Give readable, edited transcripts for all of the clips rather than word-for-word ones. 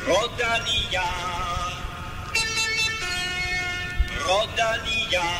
Rodalia, Rodalia.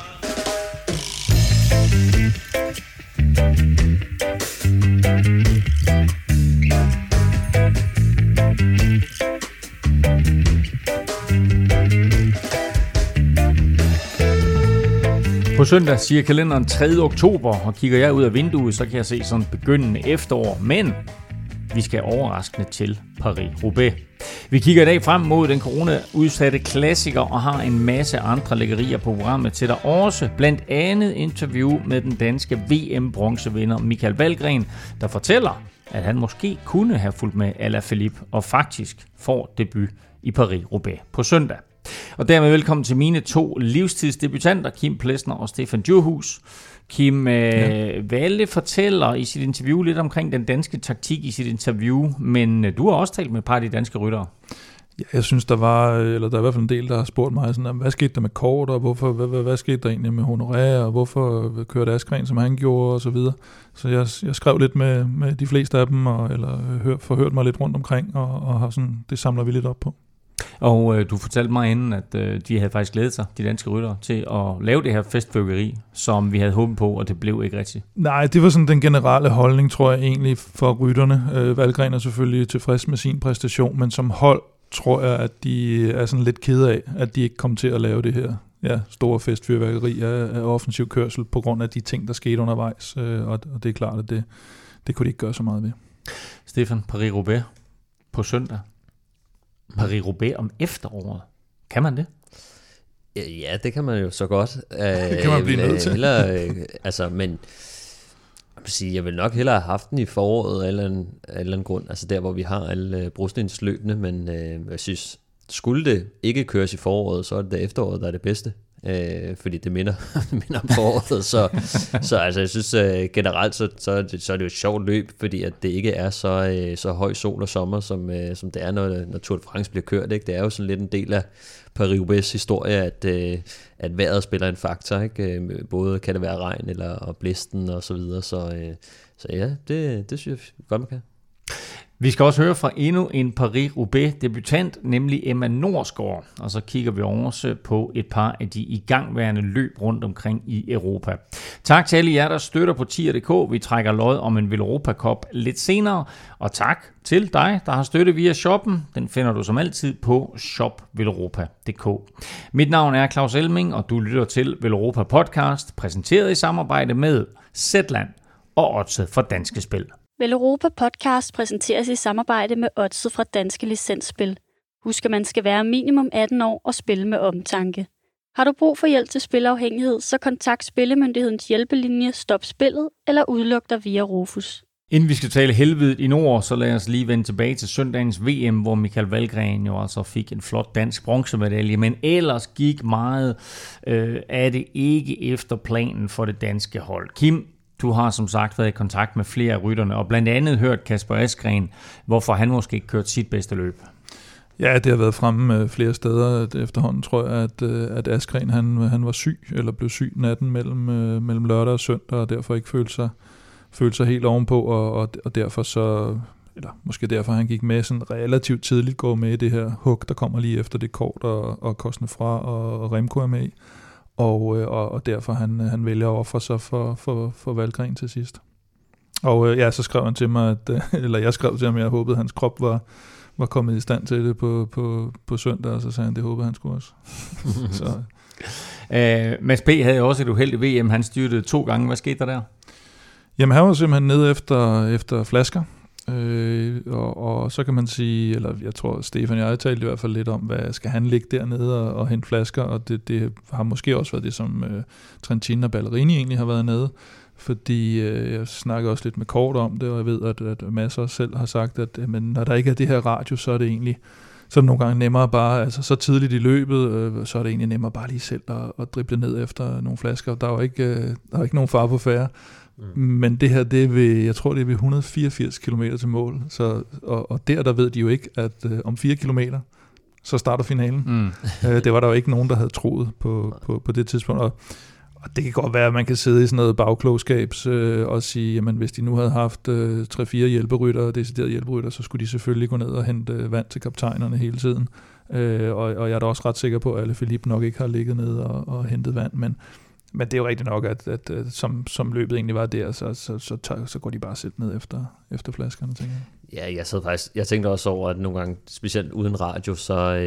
På søndag siger kalenderen 3. oktober, og kigger jeg ud af vinduet, så kan jeg se sådan begyndende efterår, men vi skal overraskende til Paris-Roubaix. Vi kigger i dag frem mod den corona-udsatte klassiker og har en masse andre lækkerier på programmet til dig også. Blandt andet interview med den danske VM-bronzevinder Michael Valgren, der fortæller, at han måske kunne have fulgt med Alaphilippe og faktisk får debut i Paris-Roubaix på søndag. Og dermed velkommen til mine to livstidsdebutanter, Kim Plesner og Stefan Djurhus. Kim, Valle fortæller i sit interview lidt omkring den danske taktik i sit interview, men du har også talt med et par af de danske ryttere. Ja, jeg synes, der er i hvert fald en del, der har spurgt mig, sådan, hvad skete der med Kort, og hvad skete der egentlig med Honoré, og hvorfor kørte Askren, som han gjorde, og så videre. Så jeg skrev lidt med de fleste af dem, forhørt mig lidt rundt omkring, og har sådan, det samler vi lidt op på. Og du fortalte mig inden, at de havde faktisk glædet sig, de danske ryttere, til at lave det her festfyrværkeri, som vi havde håbet på, og det blev ikke rigtigt. Nej, det var sådan den generelle holdning, tror jeg egentlig, for rytterne. Valgren er selvfølgelig tilfreds med sin præstation, men som hold tror jeg, at de er sådan lidt kede af, at de ikke kom til at lave det her store festfyrværkeri af offensiv kørsel, på grund af de ting, der skete undervejs. Og det er klart, at det kunne de ikke gøre så meget ved. Stefan, Paris-Roubaix på søndag. Paris-Roubaix om efteråret. Kan man det? Ja, det kan man jo så godt. Det kan man blive nødt til. Men jeg vil nok hellere have haft den i foråret af en eller anden grund. Altså der, hvor vi har alle brostenssløbene. Men jeg synes, skulle det ikke køres i foråret, så er det efteråret, der er det bedste. Fordi det minder om foråret. Så altså, jeg synes generelt, så er det jo et sjovt løb, fordi at det ikke er så høj sol og sommer, som det er, når Tour de France bliver kørt. Ikke? Det er jo sådan lidt en del af Paris-Roubaix historie, at vejret spiller en faktor. Ikke? Både kan det være regn og blæsten og så videre. Så ja, det synes jeg godt, man kan. Vi skal også høre fra endnu en Paris-Roubaix debutant, nemlig Emma Norsgaard. Og så kigger vi også på et par af de igangværende løb rundt omkring i Europa. Tak til alle jer, der støtter på tier.dk. Vi trækker lod om en Veloropa Cup lidt senere. Og tak til dig, der har støttet via shoppen. Den finder du som altid på shopveloropa.dk. Mit navn er Claus Elming, og du lytter til Veloropa Podcast, præsenteret i samarbejde med Zetland og Oddset for Danske Spil. Veloropa Podcast præsenteres i samarbejde med Oddset fra Danske Licensspil. Husk, at man skal være minimum 18 år og spille med omtanke. Har du brug for hjælp til spilafhængighed, så kontakt Spillemyndighedens hjælpelinje Stop Spillet eller udluk dig via Rufus. Inden vi skal tale helvedet i nord, så lad os lige vende tilbage til søndagens VM, hvor Michael Valgren jo altså fik en flot dansk bronzemedalje, men ellers gik meget af det ikke efter planen for det danske hold. Kim, du har som sagt været i kontakt med flere af rytterne, og blandt andet hørt Kasper Askren, hvorfor han måske ikke kørte sit bedste løb. Ja, det har været fremme flere steder efterhånden, tror jeg, at Askren han var syg, eller blev syg natten mellem lørdag og søndag, og derfor ikke følte sig helt ovenpå, og derfor så, eller måske derfor han gik med sådan relativt tidligt, gå med i det her hug, der kommer lige efter det kort, og Cosnefroid og Remco er med i. Og derfor han vælger at ofre sig for Valgren til sidst. Og så skrev han til mig, jeg skrev til ham, at jeg håbede, at hans krop var kommet i stand til det på søndag, og så sagde han, det håbede han skulle også. Så. Mads P. havde også et uheldigt VM, han styrtede 2 gange. Hvad skete der? Jamen, han var simpelthen nede efter flasker. Og så kan man sige, eller jeg tror Stefan og jeg talte i hvert fald lidt om, hvad skal han ligge dernede og hente flasker, og det har måske også været det, som Trentin og Ballerini egentlig har været nede, fordi jeg snakkede også lidt med Kort om det, og jeg ved, at masser selv har sagt, at men når der ikke er det her radio, så er det egentlig, så er det nogle gange nemmere bare, altså så tidligt i løbet, så er det egentlig nemmere bare lige selv at drible ned efter nogle flasker. Der er jo ikke nogen fare på færre. Men det her, jeg tror det er ved 184 km til mål, så, og der ved de jo ikke, at om 4 kilometer, så starter finalen. Det var der jo ikke nogen, der havde troet på det tidspunkt, og Og det kan godt være, at man kan sidde i sådan noget bagklogskabs og sige, jamen hvis de nu havde haft 3-4 hjælperyttere, deciderede hjælperyttere, så skulle de selvfølgelig gå ned og hente vand til kaptajnerne hele tiden. Og jeg er da også ret sikker på, at Alaphilippe nok ikke har ligget ned og hentet vand, men det er jo rigtigt nok, at som løbet egentlig var der, så går de bare selv ned efter flaskerne, tænker jeg. Ja, jeg tænkte også over, at nogle gange, specielt uden radio,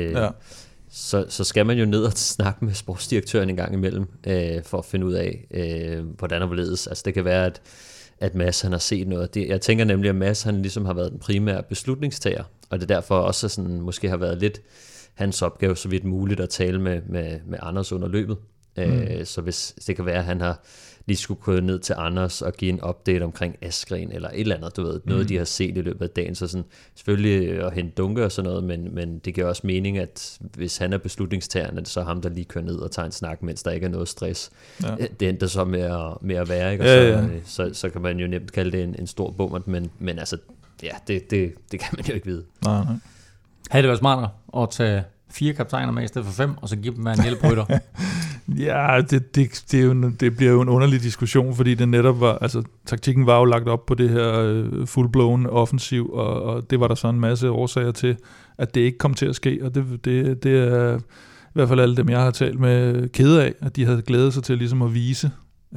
så skal man jo ned og snakke med sportsdirektøren en gang imellem, for at finde ud af, hvordan og hvorledes. Altså det kan være, at Mads han har set noget. Jeg tænker nemlig, at Mads han ligesom har været den primære beslutningstager, og det derfor også sådan, måske har været lidt hans opgave, så vidt muligt at tale med Anders under løbet. Så hvis det kan være, at han har lige skulle gå ned til Anders og give en update omkring Askren eller et eller andet, du ved, noget de har set i løbet af dagen, så sådan, selvfølgelig at hente dunke og sådan noget, men det giver også mening, at hvis han er beslutningstageren, så er ham, der lige kører ned og tager en snak, mens der ikke er noget stress. Ja. Det endte så med at være, ikke? Og så kan man jo nemt kalde det en stor bummer, men altså, ja, det kan man jo ikke vide. Nej. Havde det været smartere at tage 4 kaptajner med i stedet for 5, og så give dem en hjælperytter? Ja, det bliver jo en underlig diskussion, fordi det netop var, altså taktikken var jo lagt op på det her full-blown offensiv, og det var der så en masse årsager til, at det ikke kom til at ske, og det er i hvert fald alle dem, jeg har talt med, kede af, at de havde glædet sig til ligesom at vise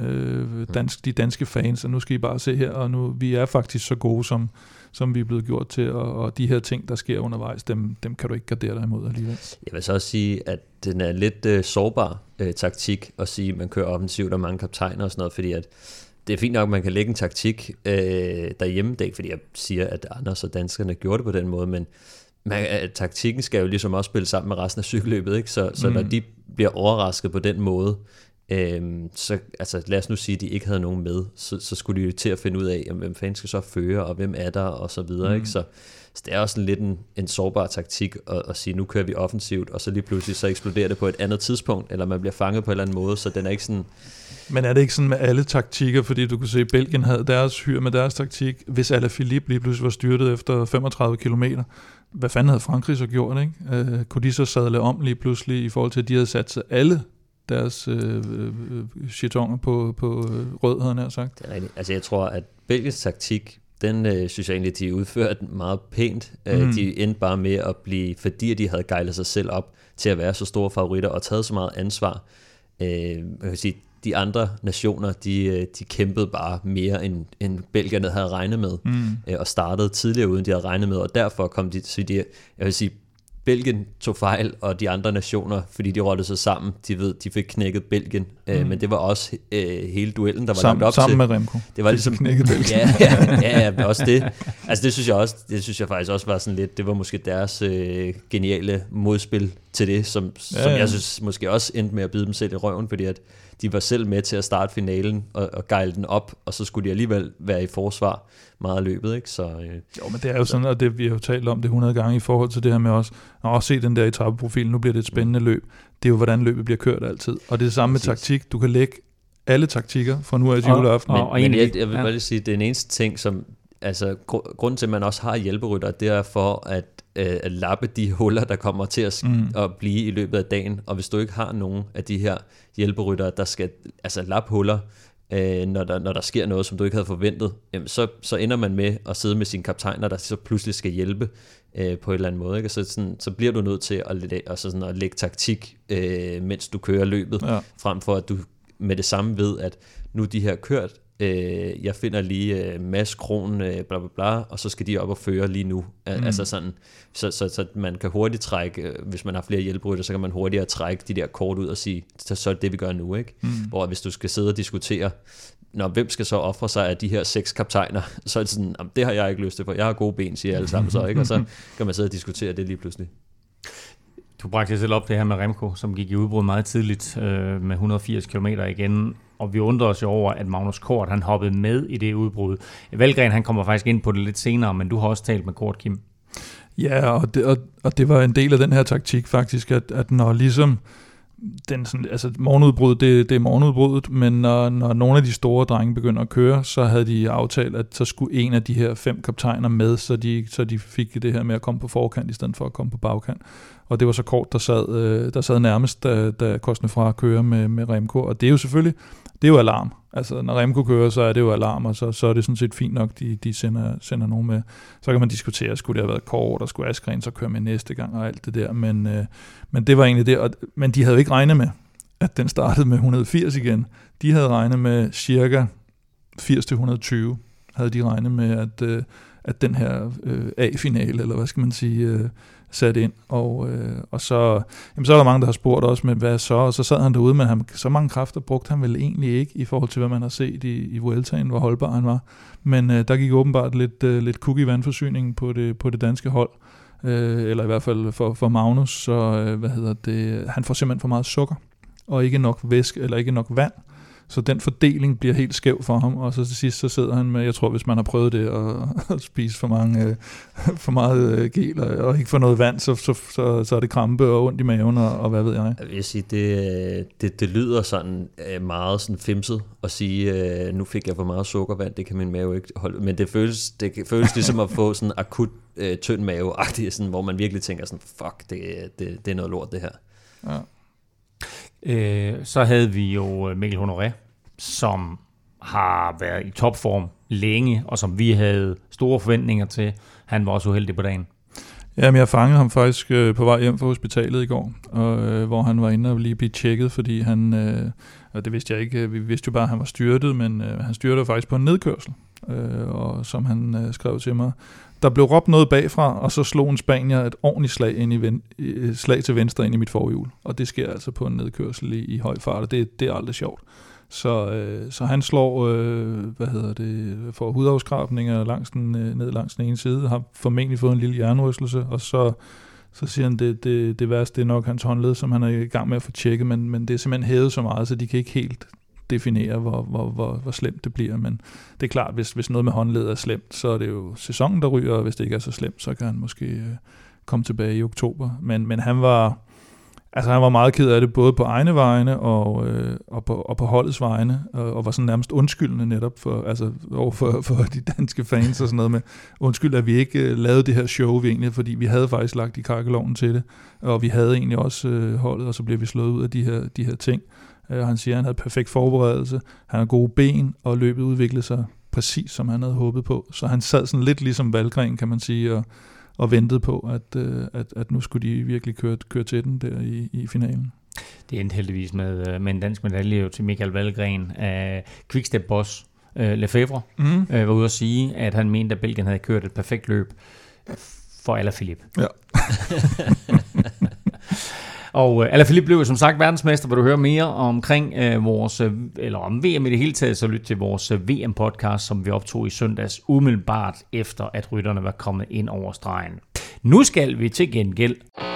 de danske fans, og nu skal I bare se her, og nu vi er faktisk så gode, som vi er blevet gjort til, og de her ting, der sker undervejs, dem kan du ikke gardere dig imod alligevel. Jeg vil så også sige, at den er lidt sårbar taktik at sige, at man kører offensivt og mange kaptajner og sådan noget, fordi at det er fint nok, at man kan lægge en taktik derhjemme. Det er ikke, fordi jeg siger, at Anders og danskerne gjorde det på den måde, men taktikken skal jo ligesom også spille sammen med resten af cykelløbet, ikke? Så når de bliver overrasket på den måde, så altså, lad os nu sige, at de ikke havde nogen med, så skulle de jo til at finde ud af, hvem fanden skal så føre, og hvem er der, og så videre, ikke? Så det er også lidt en sårbar taktik at sige, nu kører vi offensivt, og så lige pludselig så eksploderer det på et andet tidspunkt, eller man bliver fanget på en eller anden måde, så den er ikke sådan... Men er det ikke sådan med alle taktikker, fordi du kunne se, at Belgien havde deres hyr med deres taktik, hvis Alaphilippe lige pludselig var styrtet efter 35 kilometer, hvad fanden havde Frankrig så gjort, ikke? Kunne de så sadle om lige pludselig, i forhold til, at de havde sat sig alle deres chitonger på rød, havde han sagt. Det er rigtigt. Altså jeg tror, at Belgiens taktik, den synes jeg egentlig, de udførte meget pænt. De endte bare med at blive, fordi de havde gejlet sig selv op til at være så store favoritter og taget så meget ansvar. Jeg kan sige, de andre nationer, de kæmpede bare mere, end belgierne havde regnet med, og startede tidligere, uden de havde regnet med, og derfor kom de til jeg vil sige, Belgien tog fejl, og de andre nationer, fordi de rottede sig sammen, de fik knækket Belgien, men det var også hele duellen, der var lagt op sammen til. Sammen med Remco. Det var ligesom knækket Belgien. Ja, også det. Altså det synes jeg faktisk også var sådan lidt, det var måske deres geniale modspil til det, som jeg synes måske også endte med at bide dem selv i røven, fordi at de var selv med til at starte finalen og gejle den op, og så skulle de alligevel være i forsvar meget af løbet, ikke? Så, jo, men det er jo sådan, og det vi har jo talt om det 100 gange i forhold til det her med os. Se den der etapeprofil, nu bliver det et spændende løb. Det er jo, hvordan løbet bliver kørt altid. Og det er det samme med taktik. Du kan lægge alle taktikker fra nu af til juleaften. Men jeg vil bare lige sige, det er den eneste ting, som altså grunden til, at man også har hjælperytter, det er for at lappe de huller, der kommer til at blive i løbet af dagen. Og hvis du ikke har nogen af de her hjælperytter, der skal altså lappe huller, når der sker noget, som du ikke havde forventet, så ender man med at sidde med sine kaptajner, der så pludselig skal hjælpe på en eller anden måde. Ikke? Så bliver du nødt til at lægge taktik, mens du kører løbet, frem for at du med det samme ved, at nu de her kørt, jeg finder lige Mads Kron, bla bla bla, og så skal de op og føre lige nu. Altså sådan, så man kan hurtigt trække, hvis man har flere hjælperytter, så kan man hurtigere trække de der kort ud og sige, så er det vi gør nu, ikke? Hvor hvis du skal sidde og diskutere, hvem skal så ofre sig af de her 6 kaptajner, så er det sådan, det har jeg ikke lyst til, for jeg har gode ben, siger alle sammen så, ikke? Og så kan man sidde og diskutere det lige pludselig. Du bragte selv op det her med Remco, som gik i udbrud meget tidligt med 180 km igen, og vi undrer os jo over, at Magnus Kort, han hoppede med i det udbrud. Valgren, han kommer faktisk ind på det lidt senere, men du har også talt med Kort, Kim. Ja, og det var en del af den her taktik faktisk, at når ligesom morgenudbrud, det er morgenudbruddet, men når nogle af de store drenge begynder at køre, så havde de aftalt, at så skulle en af de her 5 kaptajner med, så de fik det her med at komme på forkant, i stedet for at komme på bagkant. Og det var så Kort, der sad nærmest, da Cosnefroid kører med Remco, og det er jo selvfølgelig, det er jo alarm. Altså, når Remco kører, så er det jo alarm, og så er det sådan set fint nok, de sender nogen med. Så kan man diskutere, skulle det have været Kort, og skulle Askren så køre med næste gang, og alt det der, men det var egentlig det. Men de havde jo ikke regnet med, at den startede med 180 igen. De havde regnet med cirka 80-120, havde de regnet med, at den her A-finale, eller hvad skal man sige, sat ind, og så er der mange, der har spurgt også, men hvad så? Og så sad han derude, men så mange kræfter brugte han vel egentlig ikke, i forhold til, hvad man har set i Vueltaen, hvor holdbar han var. Men der gik åbenbart lidt kuk i vandforsyningen på det danske hold, eller i hvert fald for Magnus, så han får simpelthen for meget sukker, og ikke nok væske, eller ikke nok vand. Så den fordeling bliver helt skæv for ham, og så til sidst så sidder han med, jeg tror, hvis man har prøvet det at spise for meget gel og ikke få noget vand, så er det krampe og ondt i maven og hvad ved jeg. Jeg vil sige, det lyder sådan meget sådan femset at sige, nu fik jeg for meget sukkervand, det kan min mave ikke holde, men det føles ligesom at få sådan akut tynd mave-agtigt, sådan, hvor man virkelig tænker sådan, fuck, det er noget lort det her. Ja. Så havde vi jo Mikkel Honoré, som har været i topform længe, og som vi havde store forventninger til. Han var også uheldig på dagen. Jamen, jeg fangede ham faktisk på vej hjem fra hospitalet i går, hvor han var inde og lige blive tjekket, fordi han, og det vidste jeg ikke, vi vidste jo bare, at han var styrtet, men han styrtede faktisk på en nedkørsel, og som han skrev til mig, der blev råbt noget bagfra, og så slog en spanier et ordentligt slag til venstre ind i mit forhjul. Og det sker altså på en nedkørsel i høj fart, og det er aldrig sjovt. Så han slår, for hudafskrabninger ned langs den ene side, har formentlig fået en lille hjernerystelse, og så siger han, det værste det er nok hans håndled, som han er i gang med at få tjekket, men det er simpelthen hævet så meget, så de kan ikke helt definere, hvor slemt det bliver, men det er klart, hvis noget med håndled er slemt, så er det jo sæsonen, der ryger, og hvis det ikke er så slemt, så kan han måske komme tilbage i oktober. Men han var meget ked af det, både på egne vegne og på holdets vegne, og var sådan nærmest undskyldende netop for de danske fans og sådan noget med, undskyld, at vi ikke lavede det her show egentlig, fordi vi havde faktisk lagt i kakkelovnen til det, og vi havde egentlig også holdet, og så blev vi slået ud af de her ting. Han siger, at han havde perfekt forberedelse, han havde gode ben, og løbet udviklede sig præcis, som han havde håbet på. Så han sad sådan lidt ligesom Valgren, kan man sige, og ventede på, at nu skulle de virkelig køre til den der i finalen. Det endte heldigvis med en dansk medalje til Michael Valgren. Quickstep-boss Lefebvre var ude at sige, at han mente, at Belgien havde kørt et perfekt løb for Alaphilippe. Ja. Og Alaphilippe blev som sagt verdensmester, hvor du hører mere omkring om VM i det hele taget, så lyt til vores VM-podcast, som vi optog i søndags, umiddelbart efter, at rytterne var kommet ind over stregen. Nu skal vi til gengæld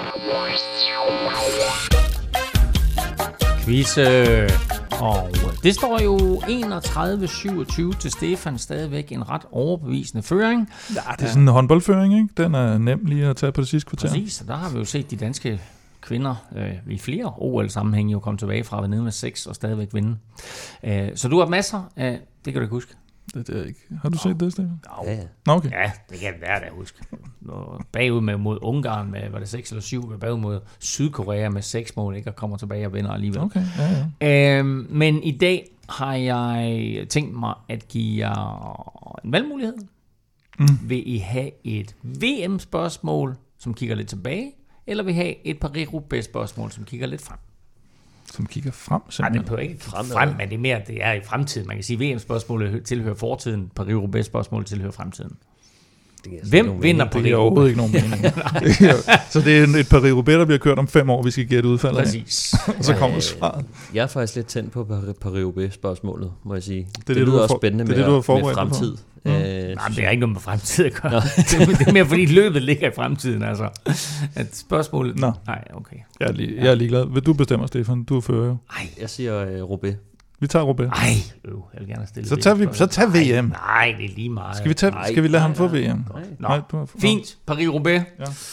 quizze. Og det står jo 31-27 til Stefan, stadigvæk en ret overbevisende føring. Ja, det er sådan en håndboldføring, ikke? Den er nem lige at tage på det sidste kvarter. Præcis, og der har vi jo set de danske kvinder i flere OL-sammenhæng jo komme tilbage fra at være nede med 6 og stadigvæk vinde. Så du har masser af, det kan du ikke huske. Det er ikke. Har du set det, Stefan? Ja. Okay. Ja, det kan det være, der huske. Bagud mod Ungarn med, var det 6 eller 7, bagud mod Sydkorea med 6 mål, ikke, og kommer tilbage og vinder alligevel. Okay, ja. Men i dag har jeg tænkt mig at give jer en valgmulighed. Vil I have et VM-spørgsmål, som kigger lidt tilbage, eller vil I have et Paris-Roubaix-spørgsmål, som kigger lidt frem? Som kigger frem, simpelthen? Nej, det behøver ikke frem, men det er mere, det er i fremtiden. Man kan sige, at VM-spørgsmålet tilhører fortiden, Paris-Roubaix-spørgsmålet tilhører fremtiden. Hvem vinder Paris-Roubaix? Det er overhovedet ikke nogen mening. Så det er et Paris-Roubaix, der bliver kørt om 5 år, vi skal gætte udfaldet. Præcis. Og så kommer svaret. Jeg er faktisk lidt tændt på Paris-Roubaix-spørgsmålet, må jeg sige. Det lyder også spændende med fremtid. Nej, det er ikke noget med fremtid at gøre. Det er mere fordi løbet ligger i fremtiden, altså. At spørgsmålet... Nå. Nej, okay. Jeg er ligeglad. Vil du bestemmer, Stefan? Du fører jo. Nej, jeg siger Roubaix. Vi tager Roubaix. Nej, jeg vil gerne stille så tag VM. Nej, det er lige meget. Skal vi lade ham få VM? Nej. Fint, Paris-Roubaix.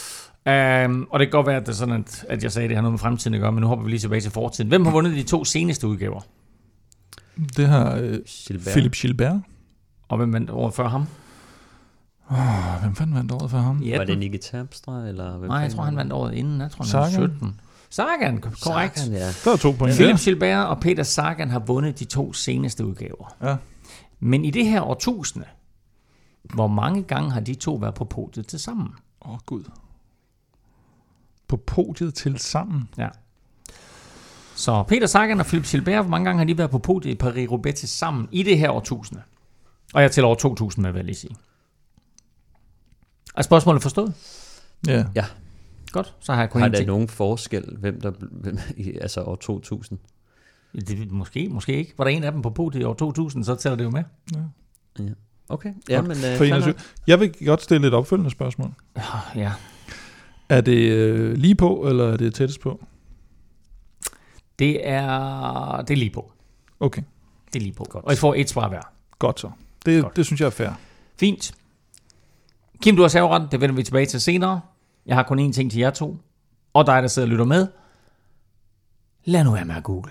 Og det kan godt være, at det er sådan, at jeg sagde, at det har noget med fremtiden at gøre, men nu hopper vi lige tilbage til fortiden. Hvem har vundet de 2 seneste udgaver? Det har Philippe Gilbert. Og hvem vandt året før ham? Hvem fanden vandt året før ham? Var det Nicky Terpstra? Eller hvem? Nej, jeg tror, han vandt året inden. Jeg tror, han var 17. Sagan, korrekt. Sagan, ja. Der er 2 point. Philippe Gilbert og Peter Sagan har vundet de 2 seneste udgaver. Ja. Men i det her årtusinde, hvor mange gange har de 2 været på podiet til sammen? Gud. På podiet til sammen? Ja. Så Peter Sagan og Philippe Gilbert, hvor mange gange har de været på podiet i Paris-Roubaix til sammen i det her årtusinde? Og jeg tæller over 2000 med, vil jeg lige sige. Er spørgsmålet forstået? Ja. Ja. Godt, så har jeg kun Har en der ting. nogen forskel, hvem altså år 2000? Det, måske ikke. Var der en af dem på podiet i år 2000, så tæller det jo med. Ja. Okay. Ja, men, For 21. Jeg vil godt stille et opfølgende spørgsmål. Ja. Er det lige på, eller er det tættest på? Det er lige på. Okay. Det er lige på. Godt. Og I får et svar hver. Godt så. Godt. Det synes jeg er fair. Fint. Kim, du har serveretten. Det vender vi tilbage til senere. Jeg har kun én ting til jer 2. Og dig, der sidder og lytter med. Lad nu være med at google.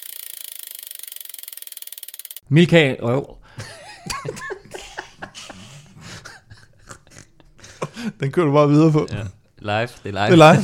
Milka... Den kører du bare videre på. Ja. Live. Det er live. Det er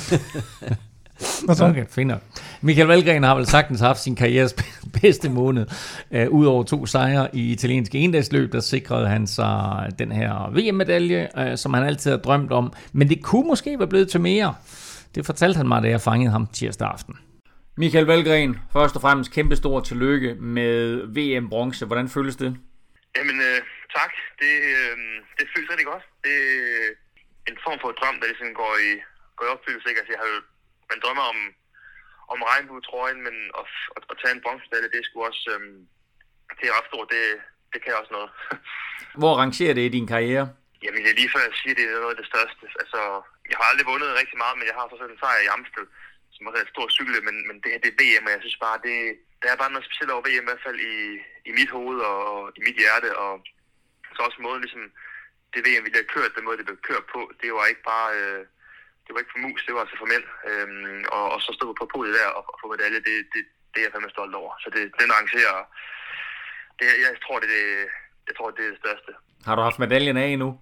live. Okay, fint nok. Michael Valgren har vel sagtens haft sin karrieres bedste måned. Udover 2 sejre i italienske endagsløb, der sikrede han sig den her VM-medalje, som han altid har drømt om. Men det kunne måske være blevet til mere. Det fortalte han mig, da jeg fangede ham tirsdag aften. Michael Valgren, først og fremmest kæmpestor tillykke med VM-bronze. Hvordan føles det? Jamen, tak. Det føles rigtig godt. Det er en form for drøm, der ligesom går i opfyldelse. Altså, man drømmer om regnbue-trøjen, men at tage en bronzemedalje, det er sgu også det er ret stort. Det kan også noget. Hvor rangerer det i din karriere? Jamen, det er lige før jeg siger, det er noget af det største. Altså, jeg har aldrig vundet rigtig meget, men jeg har så sådan en sejr i Amstel, som også er et stort cykel, men det her, det er VM, og jeg synes bare, der er bare noget specielt over VM, i hvert fald i mit hoved og i mit hjerte, og så også måden, ligesom det VM, vi bliver kørt, den måde, det blev kørt på, det var ikke bare, det var ikke for mus, det var altså for mænd, og så stod vi på podiet der og få medalje, det er jeg fandme stolt over, så den arrangerer, jeg tror, det er det største. Har du haft medaljen af endnu?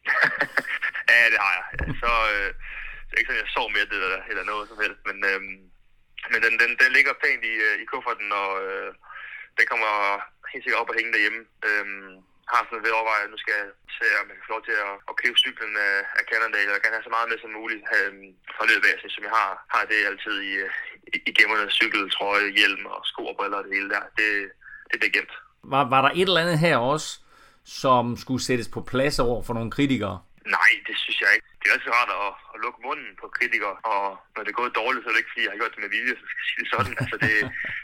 Ja, det har jeg. Så det er ikke sådan, jeg sov med det eller noget som helst, men den ligger pænt i kufferten, og den kommer helt sikkert op og hænge derhjemme. Har sådan ved overveje, at nu skal jeg se, om jeg kan få lov til at købe cyklen af Cannondale, og jeg kan have så meget med som muligt fra løbet af, som jeg har det altid i gemmerne, cykel, trøje, hjelm og sko og briller og det hele der. Det bliver gemt. Var der et eller andet her også, som skulle sættes på plads over for nogle kritikere? Nej, det synes jeg ikke. Det er altid rart at lukke munden på kritikere, og når det er gået dårligt, så er det ikke, fordi jeg har gjort det med vilje, så skal jeg sige det sådan. Altså det,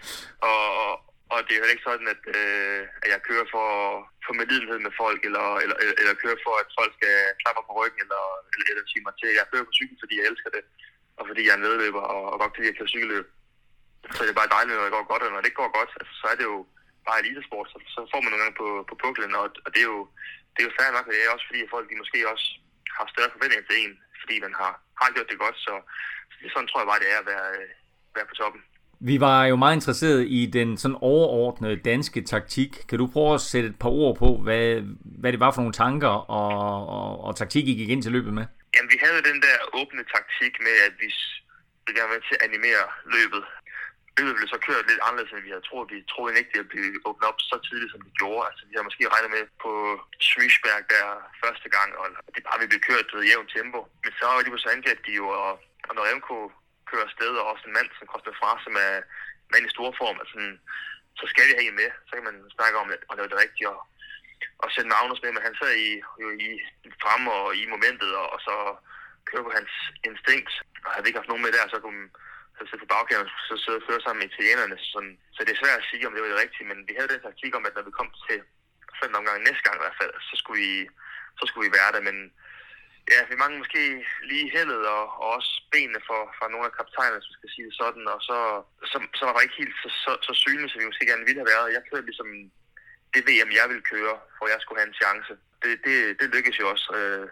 og det er jo ikke sådan, at jeg kører for medlidenhed med folk, eller kører for, at folk skal klappe på ryggen, eller sige mig til. Jeg kører på cykel, fordi jeg elsker det, og fordi jeg er en medløber, og godt fordi jeg kan cykelløbe. Så det er bare dejligt, når det går godt, og når det ikke går godt, altså, så er det jo bare elitesport, så får man nogle gange på puklen, og det er jo fair nok, det er også fordi, at folk de måske også har større forventninger til en, fordi man har gjort det godt, så sådan tror jeg bare, det er at være på toppen. Vi var jo meget interesseret i den sådan overordnede danske taktik. Kan du prøve at sætte et par ord på, hvad det var for nogle tanker og taktik, I gik ind til løbet med? Jamen, vi havde den der åbne taktik med, at vi ville gerne være til at animere løbet. Løbet blev så kørt lidt anderledes, end vi havde troet. Vi troede ikke, det ville blive åbnet op så tidligt, som det gjorde. Altså, vi har måske regnet med på Schwiesberg der første gang, og det bare ville blive kørt i jævnt tempo. Men så var det så angreb de jo, og når Remco kører afsted, og også en mand, som koster fra, som er mand i store form, altså, så skal vi have en med. Så kan man snakke om, at det var det rigtige, og sætte Magnus med, men han sad i fremme og i momentet, og så kører på hans instinkt, og havde vi ikke haft nogen med der, så kunne så sidde på bagkæren, så sidde og føre sammen med italienerne. Så det er svært at sige, om det var det rigtige, men vi havde den taktik om, at når vi kom til 5. omgang næste gang i hvert fald, så skulle vi være der, men ja, vi mangler måske lige heldet og også benene fra nogle af kaptajnerne, som skal sige det sådan, og så var det ikke helt så synligt, som vi måske gerne ville have været. Jeg kørte ligesom det VM, jeg ville køre, for jeg skulle have en chance. Det lykkedes jo også.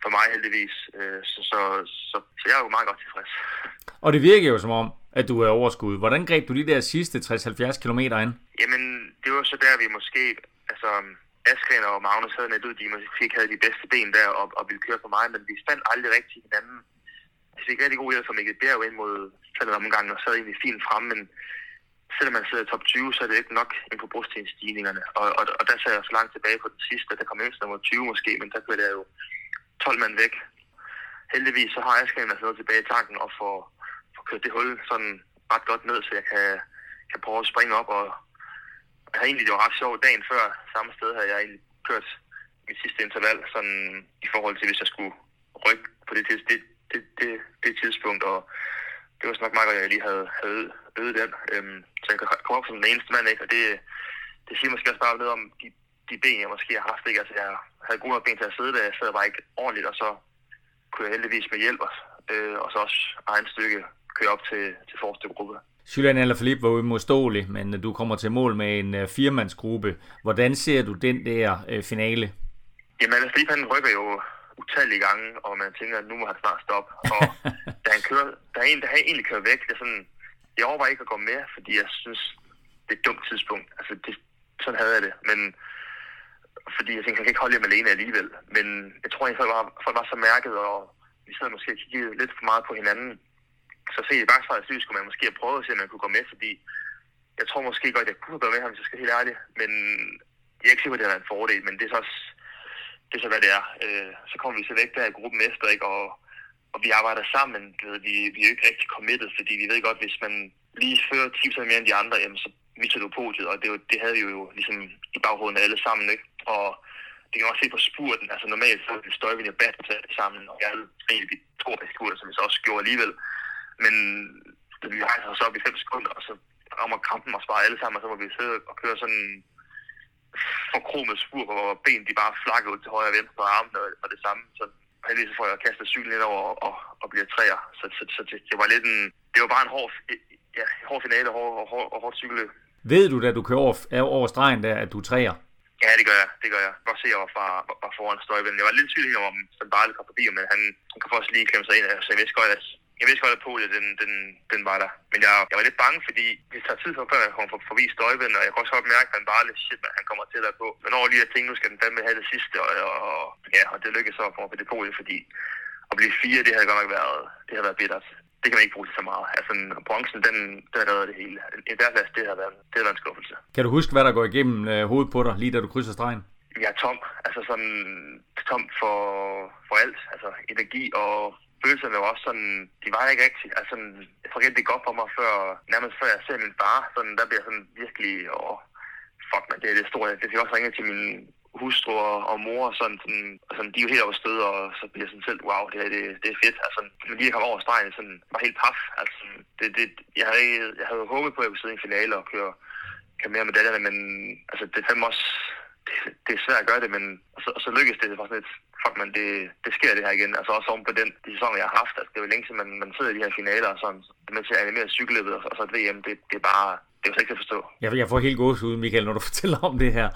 for mig heldigvis. Så jeg er jo meget godt tilfreds. Og det virker jo som om, at du er overskud. Hvordan greb du de der sidste 60-70 kilometer ind? Jamen, det var så der, vi måske... Altså, Askren og Magnus havde net ud, de måske havde de bedste ben der og ville køre på mig, men vi fandt aldrig rigtig hinanden. Jeg fik rigtig god hjælp fra Mikkel Bjerg ind mod faldet omgangen og sad egentlig fint frem, men selvom man sidder i top 20, så er det ikke nok ind på brostensstigningerne. Og der sad jeg så langt tilbage på den sidste, der kom yngst nummer 20 måske, men der kørte jeg jo 12 mand væk. Heldigvis så har Askren altså noget tilbage i tanken og får kørt det hul sådan ret godt ned, så jeg kan prøve at springe op. Og jeg havde egentlig det var ret sjovt dagen før, samme sted havde jeg egentlig kørt mit sidste interval, sådan i forhold til hvis jeg skulle rykke på det tidspunkt, og det var så nok meget, at jeg lige havde øget den. Så jeg kan komme op som den eneste mand, ikke? Og det siger måske også bare noget om de ben, jeg måske har haft, ikke? Altså jeg havde gode nok ben til at sidde der, jeg sad bare ikke ordentligt, og så kunne jeg heldigvis med hjælp, og så også egen stykke køre op til forreste gruppe. Julian Alaphilippe var uimodståelig, men du kommer til mål med en 4-mandsgruppe. Hvordan ser du den der finale? Jamen, Alaphilippe han rykker jo utallige gange, og man tænker, at nu må han snart stoppe. Og da han egentlig kører væk, det er sådan, jeg overvejer ikke at gå med, fordi jeg synes, det er et dumt tidspunkt. Altså, sådan havde jeg det. Men fordi jeg tænkte, jeg kan ikke holde hjem alene alligevel. Men jeg tror, at folk var så mærket, og vi sad måske og kiggede lidt for meget på hinanden. Så se i bagspejlets lys skulle man måske have prøvet at se, om man kunne gå med, fordi jeg tror måske godt, at jeg kunne gå med ham, hvis jeg skal helt ærligt. Men jeg er ikke sikker, at det har været en fordel, men det er så også, det er så, hvad det er. Så kommer vi så væk der i gruppen efter, ikke? Og vi arbejder sammen, men vi er jo ikke rigtig committed, fordi vi ved godt, hvis man lige fører 10% mere end de andre, jamen, så misser du podiet, og det havde vi jo ligesom i baghovedet alle sammen, ikke? Og det kan man også se på spurten, altså normalt så ville Støjvind og Batten tage sammen, og jeg havde egentlig 2 spurter, som vi så også gjorde alligevel. Men vi rejser os op i 5 sekunder, og så rammer kampen os bare alle sammen, og så må vi sidde og køre sådan en forkromet spur, hvor ben de bare flakker ud til højre og venstre og armene og det samme. Så heldigvis så får jeg kastet cyklen ind over og bliver træer. Så det var lidt det var bare en hård finale og hårdt cykelløb. Ved du, da du kører over stregen der, at du træer? Ja, det gør jeg. Jeg kan godt se, at jeg var foran Støjvind. Jeg var lidt tvivl om Van Barle kom forbi, men han kan faktisk lige klemme sig ind. Så jeg vidste godt, at podiet, den var der. Men jeg var lidt bange, fordi det tager tid før jeg kommer forbi Støjvind, og jeg kan også godt mærke, at Van Barle, han kommer til at på. Men når lige at tænke, nu skal den fandme have det sidste, og det lykkedes så at komme på det podiet, fordi at blive 4, det havde godt nok været bittert. Det kan man ikke bruge til så meget. Altså, bronzen, den redder det hele. En værplads, det har været en skuffelse. Kan du huske, hvad der går igennem hovedet på dig, lige da du krydser stregen? Jeg er tom. Altså sådan tom for alt. Altså energi og følelserne var også sådan, de var ikke rigtigt. Altså, jeg tror ikke, det går for mig nærmest før jeg ser min far. Sådan, der bliver sådan virkelig, fuck man, det er det store. Det fik også ringet til min hustru og mor, og sådan, de er jo helt overstød, og så bliver sådan selv, wow, det er fedt. Altså, når de kom over stregen, sådan, var helt paf. Altså, jeg havde håbet på, at jeg kunne sidde i en finale og køre mere medaljerne, men altså, det fandme også, det er svært at gøre det, men så lykkedes det for sådan et, fuck man, det sker det her igen. Altså også oven på den sæson, jeg har haft. Altså, det er jo længe siden, man sidder i de her finaler og sådan, med til at animere cykelløbet, og så et VM, det er bare, det er jo slet ikke til at forstå. Jeg får helt gåsehud, Michael, når du fortæller om det her.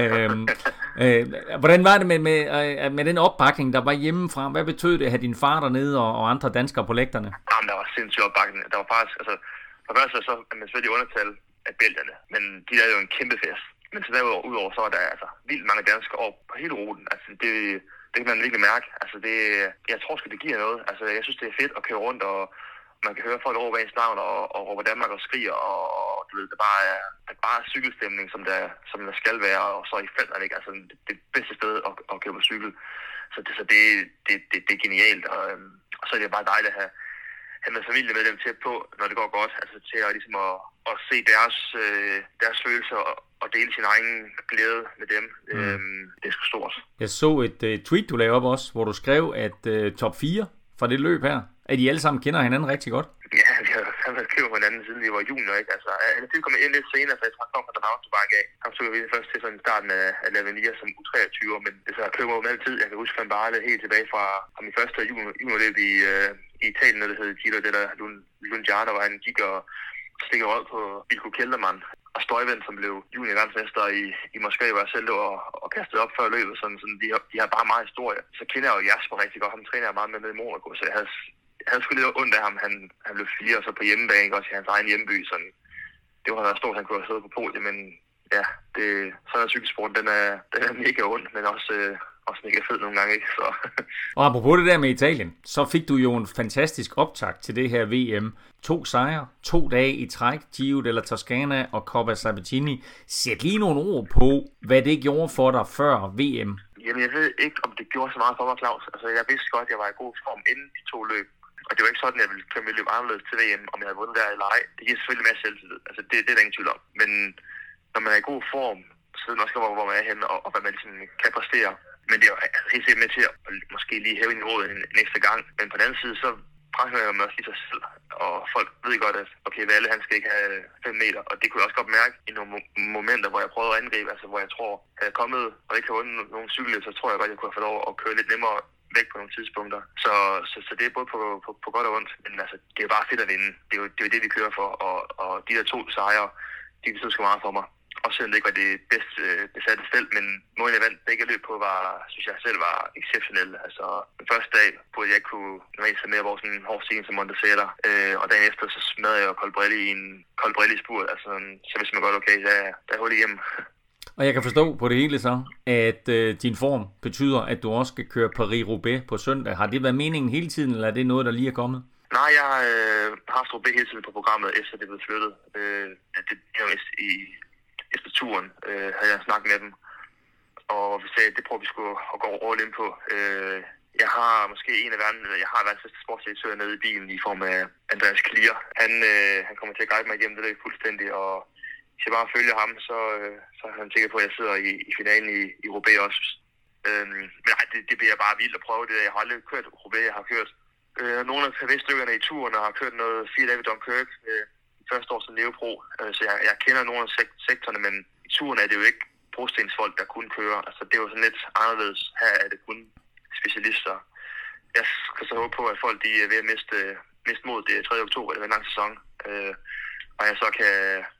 Hvordan var det med den opbakning, der var hjemmefra? Hvad betød det at have din far dernede og andre danskere på lægterne? Jamen, der var sindssygt opbakning. Der var faktisk, altså, for først så er man selvfølgelig undertal af bælterne, men de lavede jo en kæmpe fest. Men så derudover, så var der altså vildt mange danskere over på hele ruten. Altså, det kan man virkelig mærke. Altså, jeg tror sgu, det giver noget. Altså, jeg synes, det er fedt at køre rundt, og man kan høre folk over ens navn og råber Danmark og skriger, og du ved, det er bare cykelstemning, som der skal være, og så i felterne, ikke? Altså, det bedste sted at køre på cykel. Så det er genialt, og så er det bare dejligt at have med familie med dem tæt på, når det går godt, altså til at, ligesom at se deres følelser og dele sin egen glæde med dem. Det er sgu stort. Jeg så et tweet, du lavede op også, hvor du skrev, at top 4 fra det løb her, at I alle sammen kender hinanden rigtig godt. Ja, vi har købt på hinanden, siden vi var junior, ikke? Altså, jeg kom ind lidt senere, så jeg kom fra den autobank af. Han tog vi først til sådan starten af Lavinia som U23, men det så jeg køber jo med altid. Jeg kan huske Van Barle helt tilbage fra min første juniorløb i Italien, når det hed Giro, det der Lungiano, hvor han gik stikker rød på Ilko Kelderman og Støjvind, som blev juniorverdensmester i Moskva, hvor jeg selv lå og kastede op før løbet. Sådan, de har bare meget historie. Så kender jeg jo Jasper rigtig godt. Ham træner jeg meget med i Monaco, så jeg havde sgu lidt ondt af ham. Han blev 4, og så på hjemmebane, også i hans egen hjemby. Sådan, det var været stort, han kunne have siddet på podiet, men ja, sådan er cykelsport, den er mega ond, men også mega fed nogle gange, ikke? Så. Og apropos det der med Italien, så fik du jo en fantastisk optakt til det her VM. 2 sejre, 2 dage i træk, Giro della Toscana og Coppa Sabatini. Sæt lige nogle ord på, hvad det gjorde for dig før VM. Jamen, jeg ved ikke, om det gjorde så meget for mig, Claus. Altså, jeg vidste godt, at jeg var i god form inden de 2 løb. Og det var ikke sådan, at jeg ville køre mit løb anderledes til VM, om jeg havde vundet der eller ej. Det giver selvfølgelig en masse selvtillid. Altså, det er der ingen tvivl om. Men når man er i god form, så ved man også hvor man er henne, og hvad man ligesom kan præstere. Men det er jo helt sikkert med til at måske lige hæve niveauet en ekstra gang. Men på den anden side, så fremhæver man også lige sig selv. Og folk ved godt, at okay, Valle, han skal ikke have 5 meter. Og det kunne jeg også godt mærke i nogle momenter, hvor jeg prøvede at angribe. Altså hvor jeg tror, at jeg er kommet og ikke har vundet nogle cykelløb, så tror jeg godt, at jeg kunne have fået lov at køre lidt nemmere væk på nogle tidspunkter. Så det er både på godt og ondt. Men altså, det er jo bare fedt at vinde. Det er jo det, vi kører for. Og de der 2 sejre, de betyder sgu meget for mig. Også selvom det ikke var det bedst besatte felt, men måden jeg vandt begge løb på, synes jeg selv var exceptionel. Altså, den første dag, hvor jeg ikke kunne normalt se mere over sådan en hård scene som Montesera, og dagen efter, så smadrede jeg Colbrelli i en Colbrelli-spurt. Altså, så vidste man godt, okay, der er hul igennem. Og jeg kan forstå på det hele så, at din form betyder, at du også skal køre Paris-Roubaix på søndag. Har det været meningen hele tiden, eller er det noget, der lige er kommet? Nej, jeg har haft Roubaix hele tiden på programmet, efter det blev flyttet. Det er jo efter turen havde jeg snakket med dem, og vi sagde, at det prøver vi skulle at gå all in på. Jeg har måske jeg har verdens bedste sportsdirektør nede i bilen i form af Andreas Klier. Han kommer til at guide mig igennem det der fuldstændig, og hvis jeg bare følger ham, så er han sikker på, at jeg sidder i finalen i Roubaix også. Men nej, det bliver bare vildt at prøve det der. Jeg har aldrig kørt Roubaix, jeg har kørt nogle af veststykkerne i turen, og har kørt noget 4 dage ved Dunkirk første år som Neopro, så jeg kender nogle af sektorerne, men i turen er det jo ikke brostensfolk, der kun kører. Altså det er jo sådan lidt anderledes. Her er det kun specialister. Jeg skal så håbe på, at folk de er ved at miste mod. Det er 3. oktober, det er en lang sæson. Og jeg så kan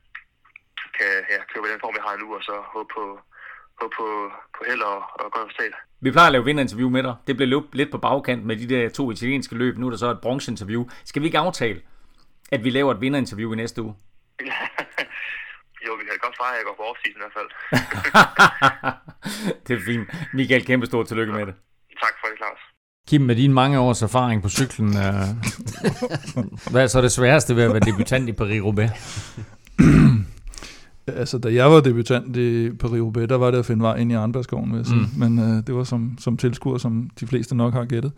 køre på den form, jeg har nu, og så håbe på held og godt resultat. Vi plejer at lave vinderinterview med dig. Det blev lidt på bagkant med de der 2 italienske løb. Nu er der så et bronzeinterview. Skal vi ikke aftale, at vi laver et vinderinterview i næste uge? Jo, vi kan godt fejre, at jeg går på off-season i hvert fald. Det er fint. Michael, kæmpe stort tillykke med det. Tak for det, Claus. Kim, med dine mange års erfaring på cyklen, hvad er så det sværeste ved at være debutant i Paris-Roubaix? Altså, da jeg var debutant i Paris-Roubaix, der var det at finde vej ind i Arnbergskoven, vil jeg sige. Men det var som tilskuer, som de fleste nok har gættet.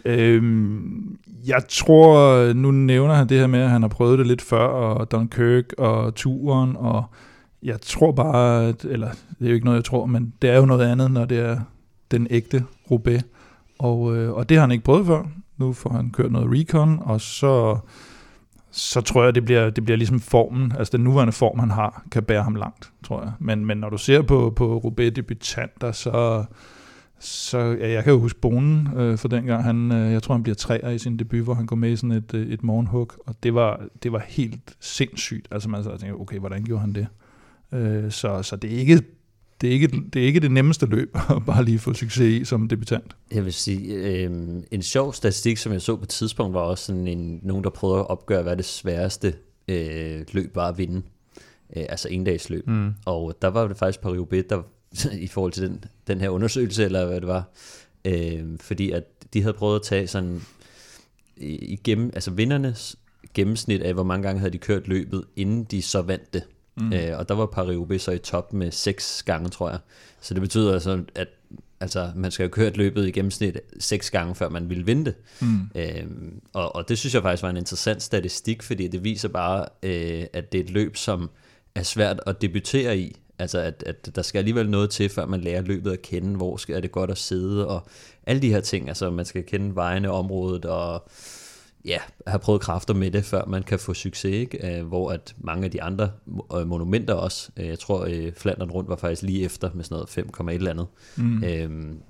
Jeg tror, nu nævner han det her med, at han har prøvet det lidt før, og Dunkirk og turen, og jeg tror bare, eller det er jo ikke noget, jeg tror, men det er jo noget andet, når det er den ægte Roubaix. Og det har han ikke prøvet før. Nu får han kørt noget recon, og så tror jeg, det bliver ligesom formen, altså den nuværende form, han har, kan bære ham langt, tror jeg. Men når du ser på Roubaix-debutanter, så jeg kan jo huske Bonen for dengang, jeg tror, han bliver 3'er i sin debut, hvor han går med i sådan et morgenhug, og det var helt sindssygt. Altså man så tænker, okay, hvordan gjorde han det? Så det er ikke det nemmeste løb at bare lige få succes i som debutant. Jeg vil sige, en sjov statistik, som jeg så på et tidspunkt, var også sådan nogen, der prøvede at opgøre, hvad det sværeste løb var at vinde. Altså endagsløb. Og der var det faktisk Paris-Roubaix, der i forhold til den her undersøgelse, eller hvad det var, fordi at de havde prøvet at tage sådan altså vindernes gennemsnit af, hvor mange gange havde de kørt løbet, inden de så vandt det. Og der var Paris-Roubaix så i top med 6 gange, tror jeg. Så det betyder altså, at man skal have kørt løbet i gennemsnit 6 gange, før man ville vinde det. Og det synes jeg faktisk var en interessant statistik, fordi det viser bare, at det er et løb, som er svært at debutere i. Altså at der skal alligevel noget til, før man lærer løbet at kende, hvor er det godt at sidde, og alle de her ting. Altså man skal kende vejene, området, og ja, have prøvet kræfter med det, før man kan få succes, ikke? Hvor at mange af de andre monumenter også, jeg tror Flandern rundt var faktisk lige efter med sådan noget 5,1 eller andet.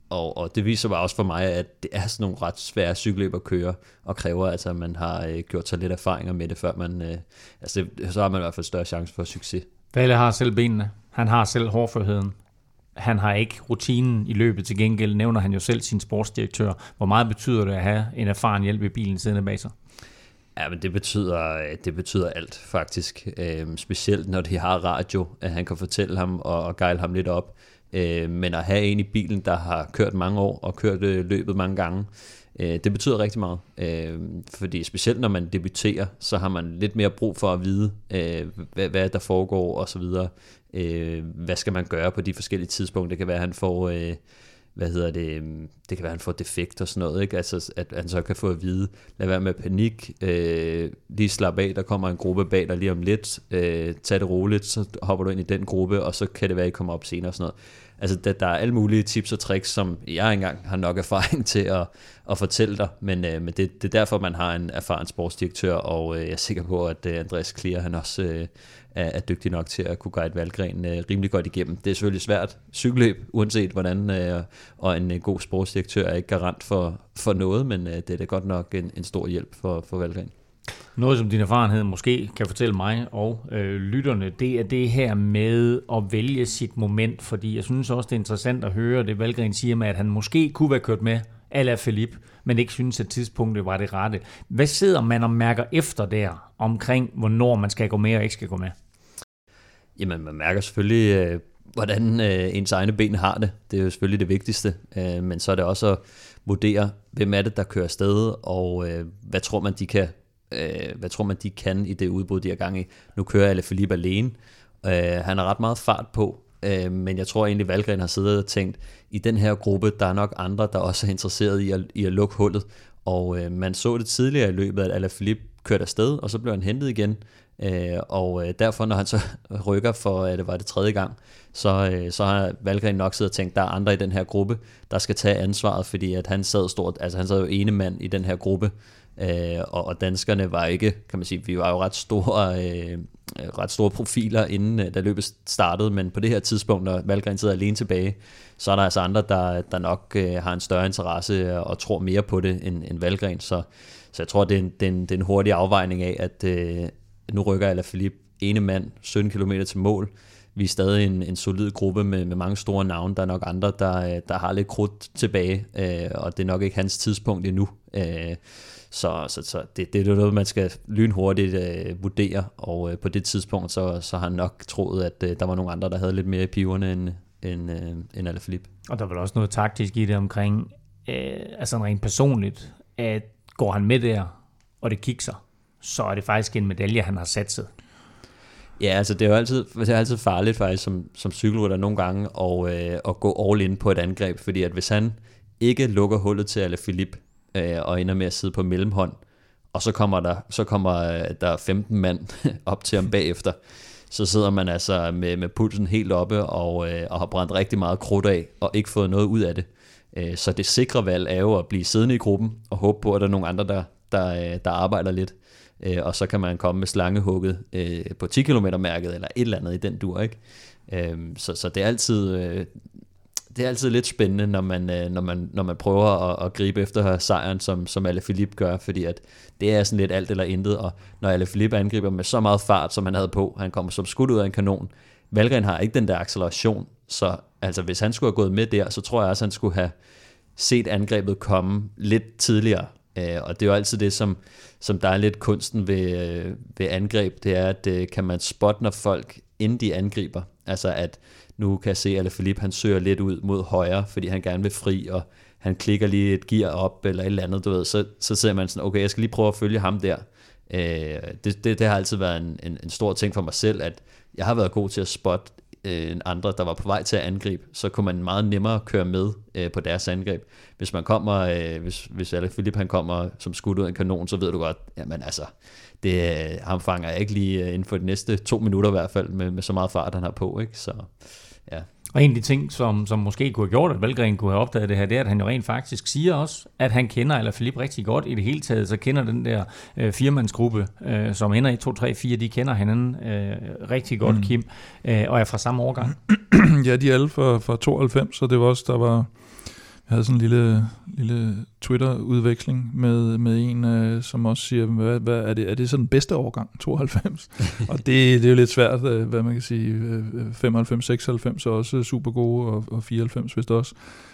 Og det viser bare også for mig, at det er sådan nogle ret svære cykelløb at køre, og kræver altså, at man har gjort sig lidt erfaringer med det, før man, så har man i hvert fald større chance for succes. Valle har selv benene, han har selv hårdførheden, han har ikke rutinen i løbet. Til gengæld nævner han jo selv sin sportsdirektør. Hvor meget betyder det at have en erfaren hjælp i bilen siddende bag sig? Ja, men det betyder alt faktisk. Specielt når de har radio, at han kan fortælle ham og gejle ham lidt op. Men at have en i bilen, der har kørt mange år og kørt løbet mange gange, det betyder rigtig meget. Fordi specielt når man debuterer, så har man lidt mere brug for at vide, hvad der foregår og så videre. Hvad skal man gøre på de forskellige tidspunkter? Det kan være, at han får... det kan være, han får defekt og sådan noget, ikke? Altså, at han så kan få at vide, lad være med panik, lige slap af, der kommer en gruppe bag dig lige om lidt, tag det roligt, så hopper du ind i den gruppe, og så kan det være, at I kommer op senere og sådan noget. Altså, der er alle mulige tips og tricks, som jeg ikke engang har nok erfaring til at fortælle dig, men det er derfor, man har en erfaren sportsdirektør, og jeg er sikker på, at Andreas Klier, han også er dygtig nok til at kunne guide Valgren rimelig godt igennem. Det er selvfølgelig svært cykelløb, uanset hvordan, og en god sportsdirektør er ikke garant for noget, men det er da godt nok en stor hjælp for Valgren. Noget, som din erfarenhed måske kan fortælle mig og lytterne, det er det her med at vælge sit moment, fordi jeg synes også, det er interessant at høre det, Valgren siger med, at han måske kunne være kørt med à la Philippe, men ikke synes, at tidspunktet var det rette. Hvad sidder man og mærker efter der, omkring hvornår man skal gå med og ikke skal gå med? Jamen, man mærker selvfølgelig, hvordan ens egne ben har det. Det er jo selvfølgelig det vigtigste, men så er det også at vurdere, hvem er det, der kører afsted, og hvad tror man, de kan i det udbrud, de er gang i. Nu kører Alaphilippe alene. Han har ret meget fart på, men jeg tror egentlig, Valgren har siddet og tænkt, i den her gruppe, der er nok andre, der også er interesseret i at lukke hullet. Og man så det tidligere i løbet, at Alaphilippe kørte afsted, og så blev han hentet igen. Og derfor, når han så rykker for, det var det tredje gang, så har Valgren nok siddet og tænkt, der er andre i den her gruppe, der skal tage ansvaret, fordi at han sad jo ene mand i den her gruppe, og danskerne var ikke, kan man sige, vi var jo ret store profiler, inden da løbet startede, men på det her tidspunkt, når Valgren sidder alene tilbage, så er der altså andre, der nok har en større interesse og tror mere på det end Valgren, så jeg tror, det er en hurtig afvejning af, at nu rykker Alaphilippe ene mand 17 km til mål. Vi er stadig en solid gruppe med mange store navne. Der er nok andre, der har lidt krudt tilbage, og det er nok ikke hans tidspunkt endnu. Så det er noget, man skal lynhurtigt vurdere, og på det tidspunkt, så har han nok troet, at der var nogle andre, der havde lidt mere i piverne end Alaphilippe. Og der var også noget taktisk i det omkring, altså rent personligt, at går han med der, og det kikser, så er det faktisk en medalje, han har satset. Ja, altså det er jo altid farligt faktisk som cykelrytter nogle gange at gå all in på et angreb, fordi at hvis han ikke lukker hullet til Alaphilippe og ender med at sidde på mellemhånd, og så kommer der 15 mand op til ham bagefter, så sidder man altså med pulsen helt oppe og har brændt rigtig meget krudt af og ikke fået noget ud af det. Så det sikre valg er jo at blive siddende i gruppen og håbe på, at der er nogle andre, der arbejder lidt. Og så kan man komme med slangehugget på 10 km-mærket eller et eller andet i den dur, ikke? Så det er altid lidt spændende, når man prøver at gribe efter sejren, som Alaphilippe gør, fordi at det er sådan lidt alt eller intet, og når Alaphilippe angriber med så meget fart, som han havde på, han kommer som skud ud af en kanon. Valgren har ikke den der acceleration, så altså hvis han skulle have gået med der, så tror jeg også, han skulle have set angrebet komme lidt tidligere. Og det er jo altid det, som der er lidt kunsten ved angreb, det er, at kan man spotte, når folk inden de angriber, altså at nu kan jeg se, at Alaphilippe, han søger lidt ud mod højre, fordi han gerne vil fri, og han klikker lige et gear op, eller et eller andet, du ved, så ser man sådan, okay, jeg skal lige prøve at følge ham der. Det har altid været en stor ting for mig selv, at jeg har været god til at spotte andre, der var på vej til at angribe, så kunne man meget nemmere køre med på deres angreb. Hvis man kommer, hvis Alaphilippe han kommer som skudt ud af en kanon, så ved du godt, jamen altså, ham fanger jeg ikke lige inden for de næste 2 minutter i hvert fald, med så meget fart, han har på, ikke? Så, ja. Og en af de ting, som måske kunne have gjort, at Valgren kunne have opdaget det her, det er, at han jo rent faktisk siger også, at han kender Alaphilippe rigtig godt i det hele taget, så kender den der firmandsgruppe, som ender i 2, 3, 4, de kender hinanden rigtig godt, Kim, og er fra samme årgang. Ja, de er alle fra 92, så det var også, der var, Jeg havde sådan en lille Twitter-udveksling med en, som også siger, hvad er det så den bedste årgang, 92? Og det er jo lidt svært, hvad man kan sige, 95, 96 er også super gode, og 94 vist også.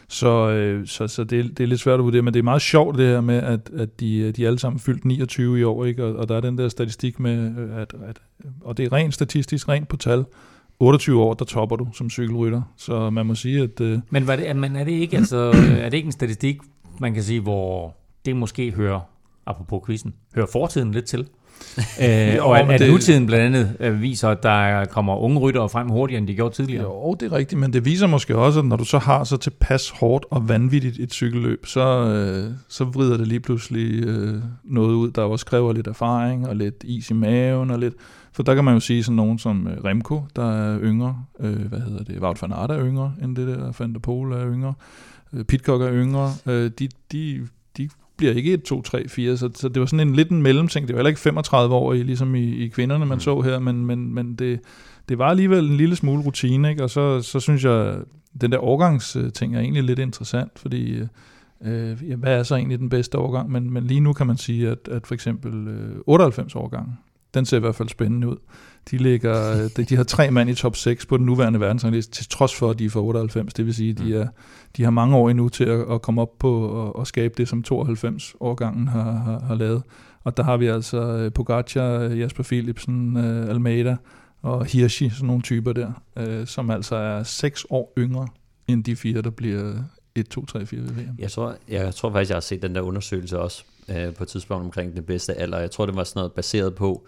Så det er lidt svært at vurdere, men det er meget sjovt det her med, at de alle sammen fyldt 29 i år, ikke? Og der er den der statistik med, og det er rent statistisk, rent på tal, 28 år, der topper du som cykelrytter, så man må sige, at... Men er det ikke er det ikke en statistik, man kan sige, hvor det måske hører, apropos quizzen, hører fortiden lidt til? Og at nutiden blandt andet viser, at der kommer unge ryttere frem hurtigere, end de gjorde tidligere. Jo, det er rigtigt, men det viser måske også, at når du så har så tilpas hårdt og vanvittigt et cykelløb, så vrider det lige pludselig noget ud, der også kræver lidt erfaring og lidt is i maven og lidt... For der kan man jo sige sådan nogen som Remco, der er yngre, Wout van Aert er yngre end det der, Van der Poel er yngre, Pidcock er yngre, de bliver ikke 1, 2, 3, 4, så det var sådan en lidt en mellemting. Det var heller ikke 35 år ligesom i kvinderne, man så her, men det var alligevel en lille smule rutine, ikke? Og så synes jeg, den der årgangsting er egentlig lidt interessant, fordi hvad er så egentlig den bedste årgang? Men lige nu kan man sige, at for eksempel 98-årgangen, den ser i hvert fald spændende ud. De har 3 mand i top 6 på den nuværende verdensrangliste, til trods for, at de er fra 98. Det vil sige, at de har mange år endnu til at komme op på og skabe det, som 92-årgangen har lavet. Og der har vi altså Pogacar, Jasper Philipsen, Almeida og Hirschi, sådan nogle typer der, som altså er 6 år yngre end de 4, der bliver 1, 2, 3, 4 ved VM. Jeg tror faktisk, jeg har set den der undersøgelse også på et tidspunkt omkring det bedste alder. Jeg tror, det var sådan noget baseret på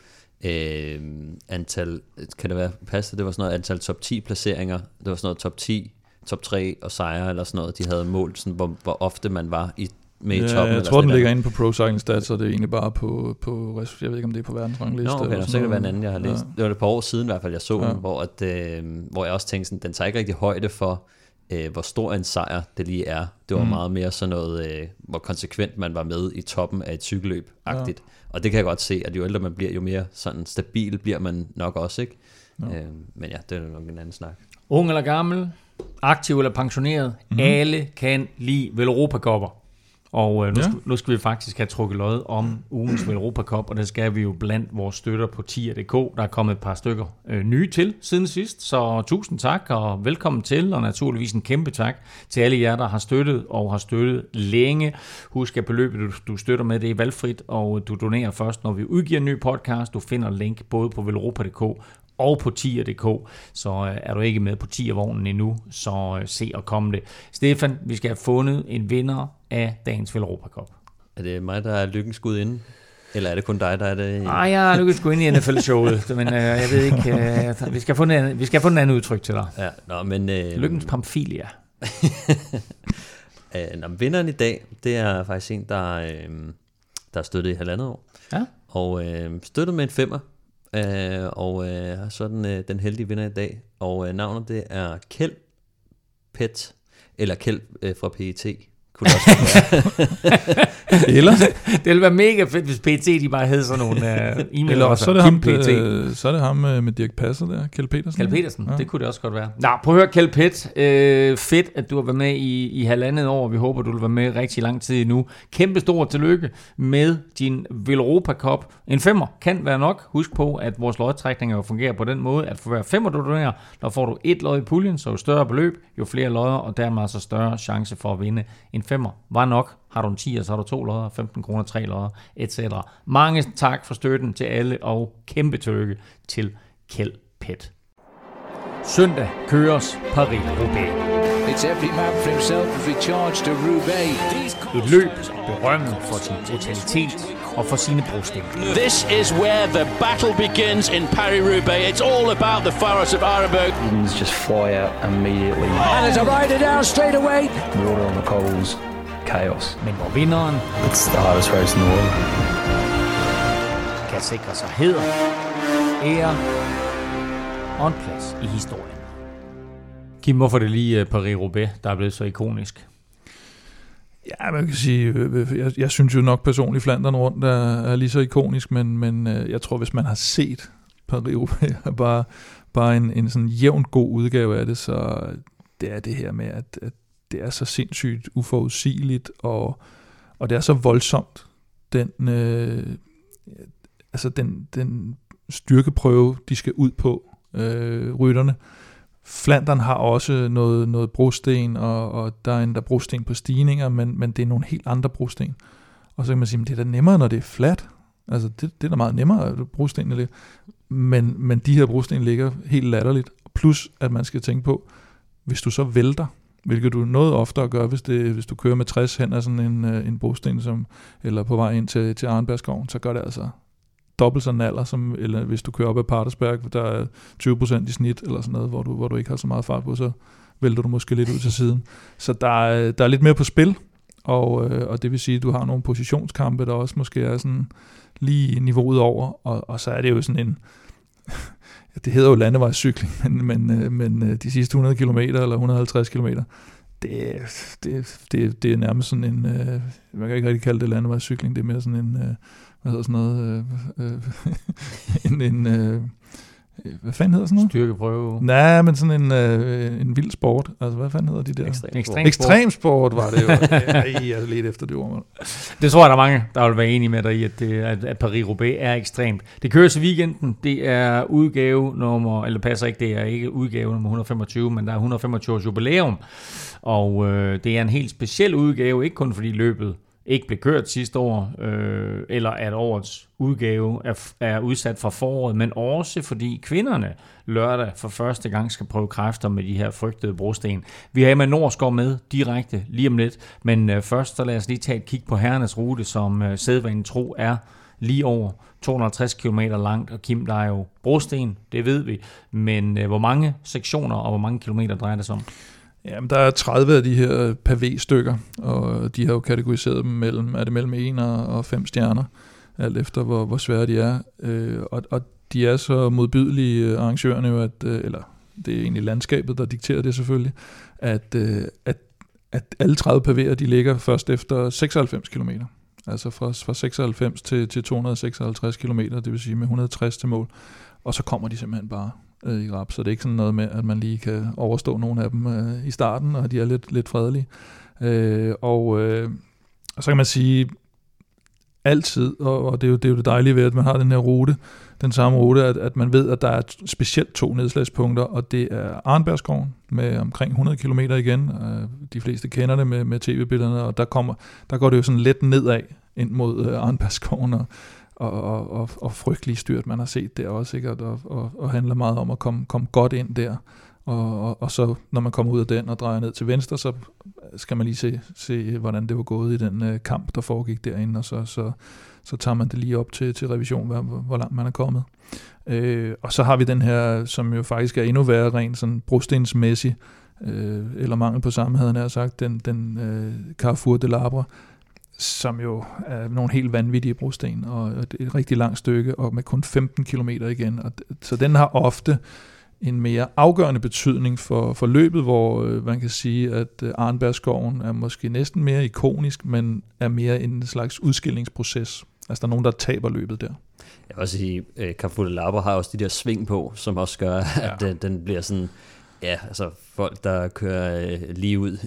antal, kan det være passe, det var sådan noget antal top 10 placeringer, det var sådan noget top 10, top 3 og sejre eller sådan noget, de havde målt, sådan, hvor ofte man var med i toppen. Jeg tror, den ligger inde på Pro Cycling Stats, og det er egentlig bare på jeg ved ikke, om det er på verdensrangliste. Nå, okay, så kan det være en anden, jeg har læst. Det var et par år siden i hvert fald, jeg så den, hvor jeg også tænkte sådan, den tager ikke rigtig højde for, hvor stor en sejr det lige er. Det var meget mere sådan noget, hvor konsekvent man var med i toppen af et cykelløb-agtigt. Ja. Og det kan jeg godt se, at jo ældre man bliver, jo mere sådan stabil bliver man nok også, ikke? Ja. Men ja, det er nok en anden snak. Ung eller gammel, aktiv eller pensioneret, alle kan lide Velropa-kopper. Og nu skal vi faktisk have trukket lod om ugens Velropa Cup, og det skal vi jo blandt vores støtter på tier.dk. Der er kommet et par stykker nye til siden sidst, så tusind tak og velkommen til, og naturligvis en kæmpe tak til alle jer, der har støttet og har støttet længe. Husk, at beløbet, du støtter med, det er valgfrit, og du donerer først, når vi udgiver en ny podcast. Du finder link både på velropa.dk og på tier.dk, så er du ikke med på tiervognen endnu, så se og kom det. Stefan, vi skal have fundet en vinder af dagens Velropa Cup. Er det mig, der er lykkens skud inde? Eller er det kun dig, der er det? Nej, jeg er lykkens skud inde i NFL-showet, men jeg ved ikke, vi skal få en anden udtryk til dig. Ja, men... Lykkens Pamphilia. Vinderen i dag, det er faktisk en, der er støttet i 1,5 år. Ja. Og støttet med en 5'er. Og så den heldige vinder i dag. Og navnet det er Kjeld Pet, eller Kjeld fra PET. Kunne det også være. Eller? Det ville være mega fedt, hvis PET de bare havde sådan nogle e-mail. Eller så er det ham med Dirk Passer der, Kjeld Petersen. Kjeld Petersen, ja. Det kunne det også godt være. Nå, prøv at høre, Kjeld Pet. Fedt, at du har været med i 1,5 år. Vi håber, du vil være med rigtig lang tid endnu. Kæmpe stort tillykke med din Velropa Cup. En 5'er kan være nok. Husk på, at vores lodtrækninger fungerer på den måde, at for hver 5'er du donerer, der får du 1 lod i puljen, så jo større beløb, jo flere lodder, og dermed altså større chance for at vinde. En 5'er var nok. Har du en 10'er, så har du 2 lodder, 15 kroner, 3 lodder, etc. Mange tak for støtten til alle, og kæmpe tillykke til Kjeld Pet. Søndag køres Paris-Roubaix. It's every man for himself as we charge to Roubaix. Et løb berømmet for sin brutalitet og for sine brosten. This is where the battle begins in Paris-Roubaix. It's all about the Forest of Arenberg. You just fly out immediately. And there's a rider down straight away. Water on the coals, chaos. Men hvor vinderen It's the hardest race in the world. kan sikre sig hæder, ære og en plads i historien. Kim, hvorfor er det lige Paris-Roubaix, der er blevet så ikonisk? Ja, man kan sige, jeg synes jo nok personligt, Flandern rundt er lige så ikonisk, men jeg tror, hvis man har set Paris-Roubaix, bare en sådan jævnt god udgave af det, så det er det her med, at det er så sindssygt uforudsigeligt, og det er så voldsomt, den styrkeprøve, de skal ud på, rytterne. Flandern har også noget brosten, og der er endda brosten på stigninger, men det er nogle helt andre brosten. Og så kan man sige, at det er da nemmere, når det er fladt. Altså, det er da meget nemmere, at brostenene ligger. Men de her brosten ligger helt latterligt. Plus, at man skal tænke på, hvis du så vælter, hvilket du noget oftere gør, hvis du kører med 60 hen af sådan en brosten, eller på vej ind til Arnbergskoven, så gør det altså dobbelt så naller, eller hvis du kører op ad Patersberg, der er 20% i snit, eller sådan noget, hvor du ikke har så meget fart på, så vælter du måske lidt ud til siden. Så der er lidt mere på spil, og det vil sige, at du har nogle positionskampe, der også måske er sådan lige niveauet over, og så er det jo sådan en, det hedder jo landevejscykling, men de sidste 100 km eller 150 km, det er nærmest sådan en, man kan ikke rigtig kalde det landevejscykling, det er mere sådan en, hvad hedder sådan noget, hvad fanden hedder sådan noget? Styrkeprøve. Nej, men sådan en vild sport. Altså, hvad fanden hedder de der? Ekstremsport var det jo. Jeg er lidt efter det ord. Det tror jeg, der er mange, der vil være enige med dig i, at Paris-Roubaix er ekstremt. Det køres i weekenden. Det er udgave nummer, eller passer ikke, det er ikke udgave nummer 125, men der er 125 års jubilæum. Og det er en helt speciel udgave, ikke kun fordi løbet ikke blev kørt sidste år, eller at årets udgave er udsat for foråret, men også fordi kvinderne lørdag for første gang skal prøve kræfter med de her frygtede brosten. Vi har Emma Norsgaard med direkte lige om lidt, men først så lad os lige tage et kig på herrenes rute, som sædvanen tro er lige over 250 km langt, og Kim, der er jo brosten, det ved vi, men hvor mange sektioner og hvor mange kilometer drejer det sig om? Jamen, der er 30 af de her pavé-stykker, og de har jo kategoriseret dem mellem 1 og 5 stjerner, alt efter hvor svære de er. Og de er så modbydelige, arrangørerne jo, eller det er egentlig landskabet, der dikterer det selvfølgelig, at alle 30 pavéer, de ligger først efter 96 km. Altså fra 96 til 256 km, det vil sige med 160 til mål. Og så kommer de simpelthen bare i rap, så det er ikke sådan noget med, at man lige kan overstå nogle af dem i starten, og de er lidt fredelige. Og så kan man sige, altid, og det er jo det dejlige ved, at man har den her rute, den samme rute, at man ved, at der er specielt 2 nedslagspunkter, og det er Arnbergskoven med omkring 100 km igen. De fleste kender det med tv-billederne, og der går det jo sådan lidt nedad ind mod Arnbergskoven, og frygtelig styrt, man har set der også, ikke? Og handler meget om at komme godt ind der, og så når man kommer ud af den og drejer ned til venstre, så skal man lige se hvordan det var gået i den kamp, der foregik derinde, og så tager man det lige op til revision, hvor langt man er kommet. Og så har vi den her, som jo faktisk er endnu værre, rent sådan brostensmæssig, eller mangel på samme, havde jeg sagt, den Carrefour de l'Arbre, som jo er nogle helt vanvittige brosten, og et rigtig langt stykke, og med kun 15 km igen. Så den har ofte en mere afgørende betydning for løbet, hvor man kan sige, at Arnbergskoven er måske næsten mere ikonisk, men er mere en slags udskillingsproces. Altså der er nogen, der taber løbet der. Jeg vil også sige, Carrefour de l'Arbre har også de der sving på, som også gør, at den bliver sådan, ja, altså folk, der kører lige ud,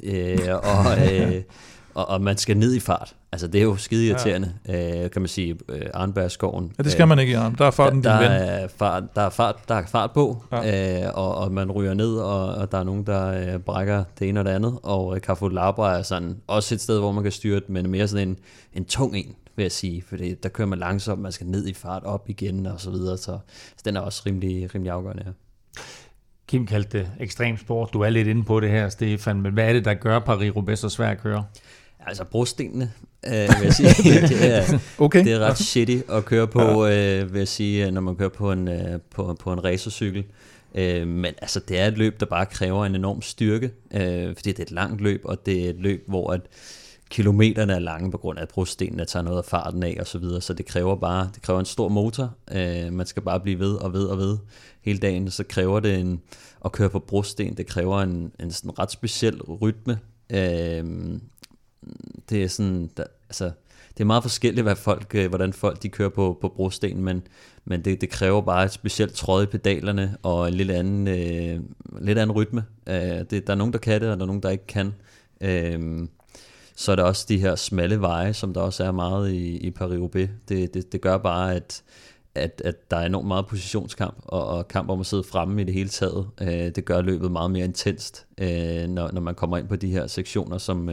og man skal ned i fart. Altså det er jo skide irriterende, kan man sige, Arnbergskoven. Ja, det skal man ikke i Arn. Der er farten der er fart på, og man ryger ned, og der er nogen, der brækker det ene og det andet. Og Carrefour de l'Arbre er sådan også et sted, hvor man kan styre det, men mere sådan en tung en, vil jeg sige. For der kører man langsomt, man skal ned i fart op igen, og så videre. Så den er også rimelig afgørende her. Kim kaldte det ekstrem sport. Du er lidt inde på det her, Stefan. Men hvad er det, der gør Paris-Roubaix så svært at køre? Altså brostenene, vil jeg sige. Det er ret shitty at køre på, vil jeg sige, når man kører på en racercykel. Men altså, det er et løb, der bare kræver en enorm styrke, fordi det er et langt løb, og det er et løb, hvor at kilometerne er lange på grund af, at brostenene tager noget af farten af og så videre, så det kræver en stor motor. Man skal bare blive ved og ved hele dagen, så kræver det at køre på brosten, det kræver en sådan ret speciel rytme. Det er sådan, det er meget forskelligt, hvordan folk de kører på brosten, men det kræver bare et specielt tråd i pedalerne og en lidt anden rytme. Der er nogen, der kan det, og der er nogen, der ikke kan. Så er der også de her smalle veje, som der også er meget i Paris-Roubaix. Det gør bare, at der er enormt meget positionskamp, og kamp om at sidde fremme i det hele taget. Det gør løbet meget mere intenst, når man kommer ind på de her sektioner,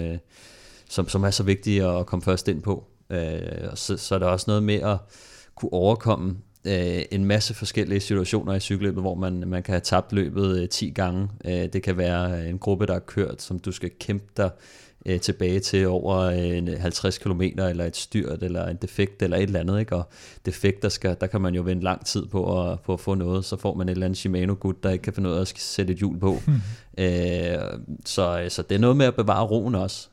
som er så vigtige at komme først ind på. Så er der også noget med at kunne overkomme en masse forskellige situationer i cykelløbet, hvor man kan have tabt løbet 10 gange. Det kan være en gruppe, der er kørt, som du skal kæmpe dig tilbage til over 50 km, eller et styrt, eller en defekt, eller et eller andet, ikke? Og defekter der kan man jo vente lang tid på at få noget, så får man et eller andet Shimano-gut, der ikke kan finde ud af at sætte et hjul på. Så det er noget med at bevare roen også,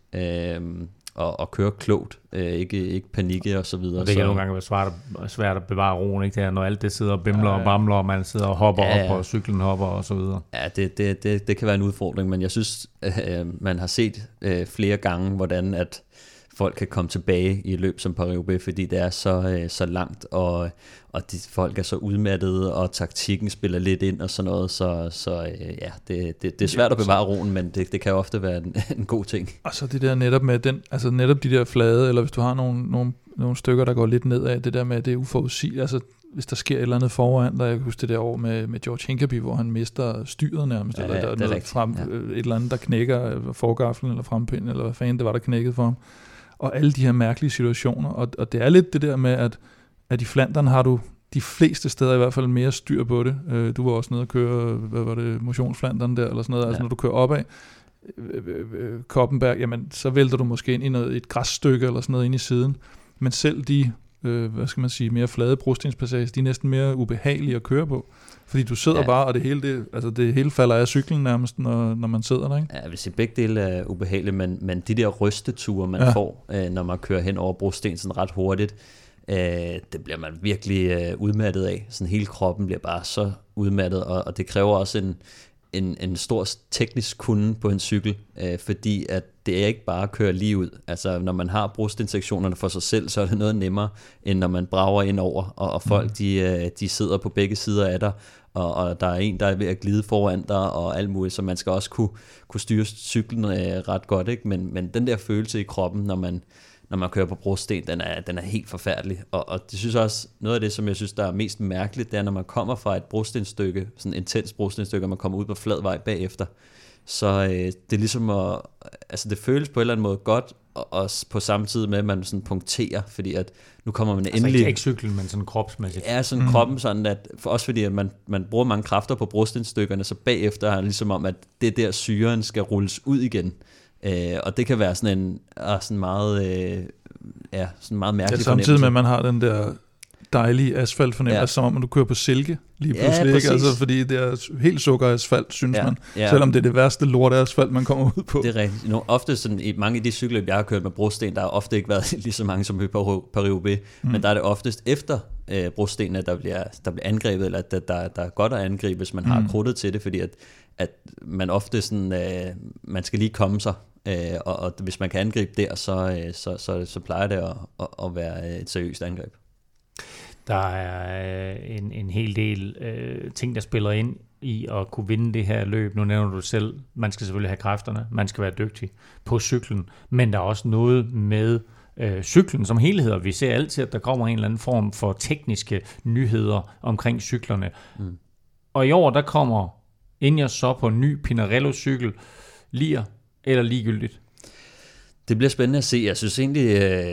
og køre klogt, ikke panikke og så videre. Og det kan nogle gange være svært at bevare roen, ikke? Det er, når alt det sidder og bimler og bamler, og man sidder og hopper op, og cyklen hopper og så videre. Ja, det kan være en udfordring, men jeg synes, man har set flere gange, hvordan at folk kan komme tilbage i et løb som Paris-Roubaix, fordi det er så langt, og de folk er så udmattede, og taktikken spiller lidt ind og sådan noget, så det er svært at bevare roen, men det kan ofte være en god ting. Og så det der netop med netop de der flade, eller hvis du har nogle stykker, der går lidt nedad, det der med, at det er uforudsigeligt, altså hvis der sker et eller andet foran, der jeg kan huske det der år med George Hincapie, hvor han mister styret nærmest, eller der er noget frem, et eller andet, der knækker forgaflen eller frempinden, eller hvad fanden det var, der knækkede for ham. Og alle de her mærkelige situationer, og det er lidt det der med, at i Flandern har du de fleste steder i hvert fald mere styr på det. Du var også nede og køre, hvad var det, motionsflandern der, eller sådan noget, altså når du kører opad, Koppenberg, jamen så vælter du måske ind i et græsstykke, eller sådan noget ind i siden, men selv de, mere flade brostenspassage, de er næsten mere ubehagelige at køre på. Fordi du sidder bare, og det hele falder af cyklen nærmest, når man sidder der, ikke? Ja, jeg vil sige, begge dele er ubehagelige, men de der rysteture, man får, når man kører hen over brosten sådan ret hurtigt, det bliver man virkelig udmattet af. Sådan hele kroppen bliver bare så udmattet, og det kræver også en stor teknisk kunde på en cykel, fordi at det er ikke bare at køre lige ud. Altså, når man har brostenssektionerne for sig selv, så er det noget nemmere, end når man brager ind over, og folk de sidder på begge sider af dig, og der er en, der er ved at glide foran dig, og alt muligt, så man skal også kunne styre cyklen ret godt, ikke? Men den der følelse i kroppen, når man kører på brosten, den er helt forfærdelig. Og det synes også, noget af det, som jeg synes, der er mest mærkeligt, det er, når man kommer fra et brostenstykke, sådan et intens brostenstykke, og man kommer ud på flad vej bagefter, så det er ligesom det føles på en eller anden måde godt, og på samme tid med, at man sådan punkterer, fordi at nu kommer man endelig... Altså ikke cyklen, men sådan kropsmæssigt. Ja, sådan kroppen sådan, at også fordi at man bruger mange kræfter på brostenstykkerne, så bagefter er det ligesom om, at det der syren skal rulles ud igen. Og det kan være sådan en sådan meget mærkelig fornemmelse. Samtidig med, at man har den der dejlige asfaltfornemmelse, som om du kører på silke lige pludselig, ikke? Altså, fordi det er helt sukkerasfalt, synes man, selvom det er det værste lorte asfalt, man kommer ud på. Det er rigtigt. Ofte sådan, i mange af de cykler, jeg har kørt med brosten, der har ofte ikke været lige så mange som i Paris-Roubaix, men der er det oftest efter brostenene, der bliver angrebet, eller at der er godt at angribe, hvis man har krudtet til det, fordi at man ofte sådan, man skal lige komme sig, og hvis man kan angribe der, så plejer det at være et seriøst angreb. Der er en hel del ting, der spiller ind i at kunne vinde det her løb. Nu nævner du selv, man skal selvfølgelig have kræfterne, man skal være dygtig på cyklen, men der er også noget med cyklen som helhed, og vi ser altid, at der kommer en eller anden form for tekniske nyheder omkring cyklerne. Og i år, der kommer Ineos så på en ny Pinarello-cykel, lir eller ligegyldigt? Det bliver spændende at se. Jeg synes egentlig,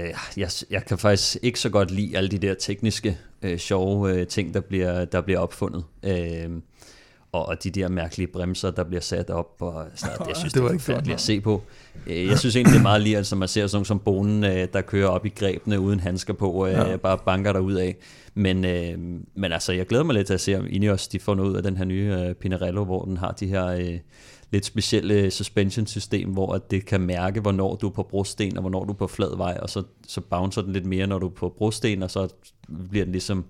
jeg kan faktisk ikke så godt lide alle de der tekniske, sjove ting, der bliver opfundet. Og de der mærkelige bremser, der bliver sat op. Og jeg synes, det er forfærdeligt at se på. Jeg synes egentlig, det er meget lige, altså man ser sådan som Bonen, der kører op i grebene uden handsker på, bare banker der ud af. Men altså, jeg glæder mig lidt til at se, om Ineos de får noget ud af den her nye Pinarello, hvor den har de her lidt specielle suspension-system, hvor det kan mærke, hvornår du er på brosten, og hvornår du er på flad vej, og så bouncer den lidt mere, når du er på brosten, og så bliver den ligesom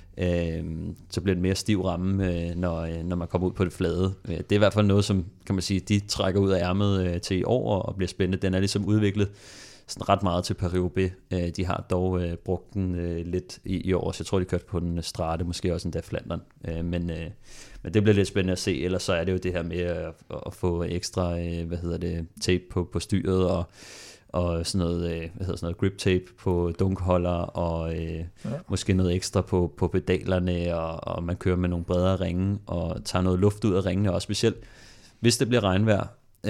så bliver det mere stiv ramme, når man kommer ud på det flade. Det er i hvert fald noget, som kan man sige, de trækker ud af ærmet til i år, og bliver spændende. Den er ligesom udviklet sådan ret meget til Paris-Roubaix. De har dog brugt den lidt i år, så jeg tror, de kørte på den Strade, måske også endda Flandern. Men det bliver lidt spændende at se, ellers så er det jo det her med at få ekstra tape på styret, og sådan noget grip tape på dunkholder, og måske noget ekstra på pedalerne, og man kører med nogle bredere ringe, og tager noget luft ud af ringene, og specielt hvis det bliver regnvejr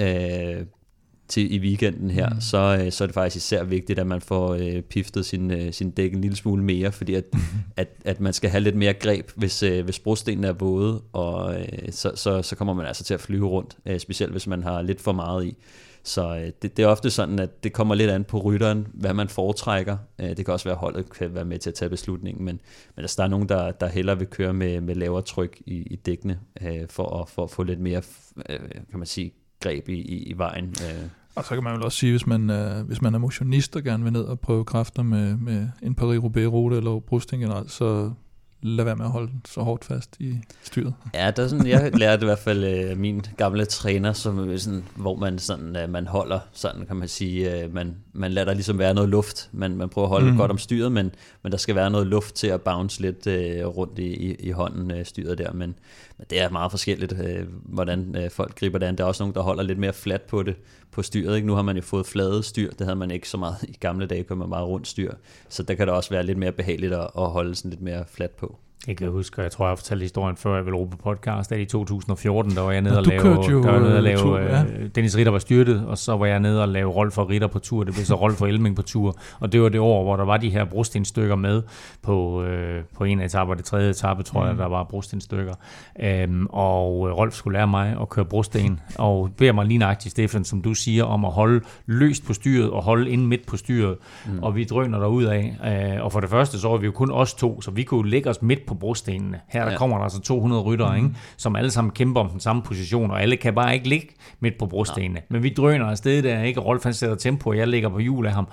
i weekenden her, så er det faktisk især vigtigt, at man får piftet sin dæk en lille smule mere, fordi at man skal have lidt mere greb, hvis brostenene er våde, og så kommer man altså til at flyve rundt, specielt hvis man har lidt for meget i. Så det er ofte sådan, at det kommer lidt an på rytteren, hvad man foretrækker. Det kan også være, at holdet kan være med til at tage beslutningen, men altså, der er nogen, der hellere vil køre med lavere tryk i dækkene, for at få lidt mere, kan man sige, greb i vejen. Og så kan man vel også sige, hvis man er motionist og gerne vil ned og prøve kræfter med en Paris-Roubaix-rute eller brusting generelt, så lad være med at holde den så hårdt fast i styret. Ja, der er sådan, jeg lærte i hvert fald af min gamle træner, som sådan, hvor man sådan, man holder sådan, kan man sige, man lader der ligesom være noget luft. Man prøver at holde godt om styret, men der skal være noget luft til at bounce lidt rundt i hånden, styret der. Men det er meget forskelligt, hvordan folk griber det an. Der er også nogen, der holder lidt mere fladt på det, på styret. Ikke? Nu har man jo fået flade styr, det havde man ikke så meget i gamle dage, kunne man meget rundt styr. Så der kan det også være lidt mere behageligt at holde sådan lidt mere fladt på. Jeg kan huske, jeg tror, jeg har fortalt historien før, jeg ville råbe på podcast, at i 2014, der var jeg nede og lave Dennis Ritter var styrtet, og så var jeg nede og lave Rolf og Ritter på tur, det blev så Rolf og Elming på tur, og det var det år, hvor der var de her brostenstykker med på en af etapper, det tredje etape, tror jeg, der var brostenstykker, og Rolf skulle lære mig at køre brosten, og beder mig lige nøjagtigt, Stefan, som du siger, om at holde løst på styret, og holde inde midt på styret, og vi drøner derudad, og for det første, så var vi jo kun os to, så vi kunne lægge os midt på brostenene. Her der kommer der altså 200 ryttere, ikke, som alle sammen kæmper om den samme position, og alle kan bare ikke ligge midt på brostenene. Ja. Men vi drøner afsted der, ikke? Rolf han sætter tempo, og jeg ligger på hjul af ham.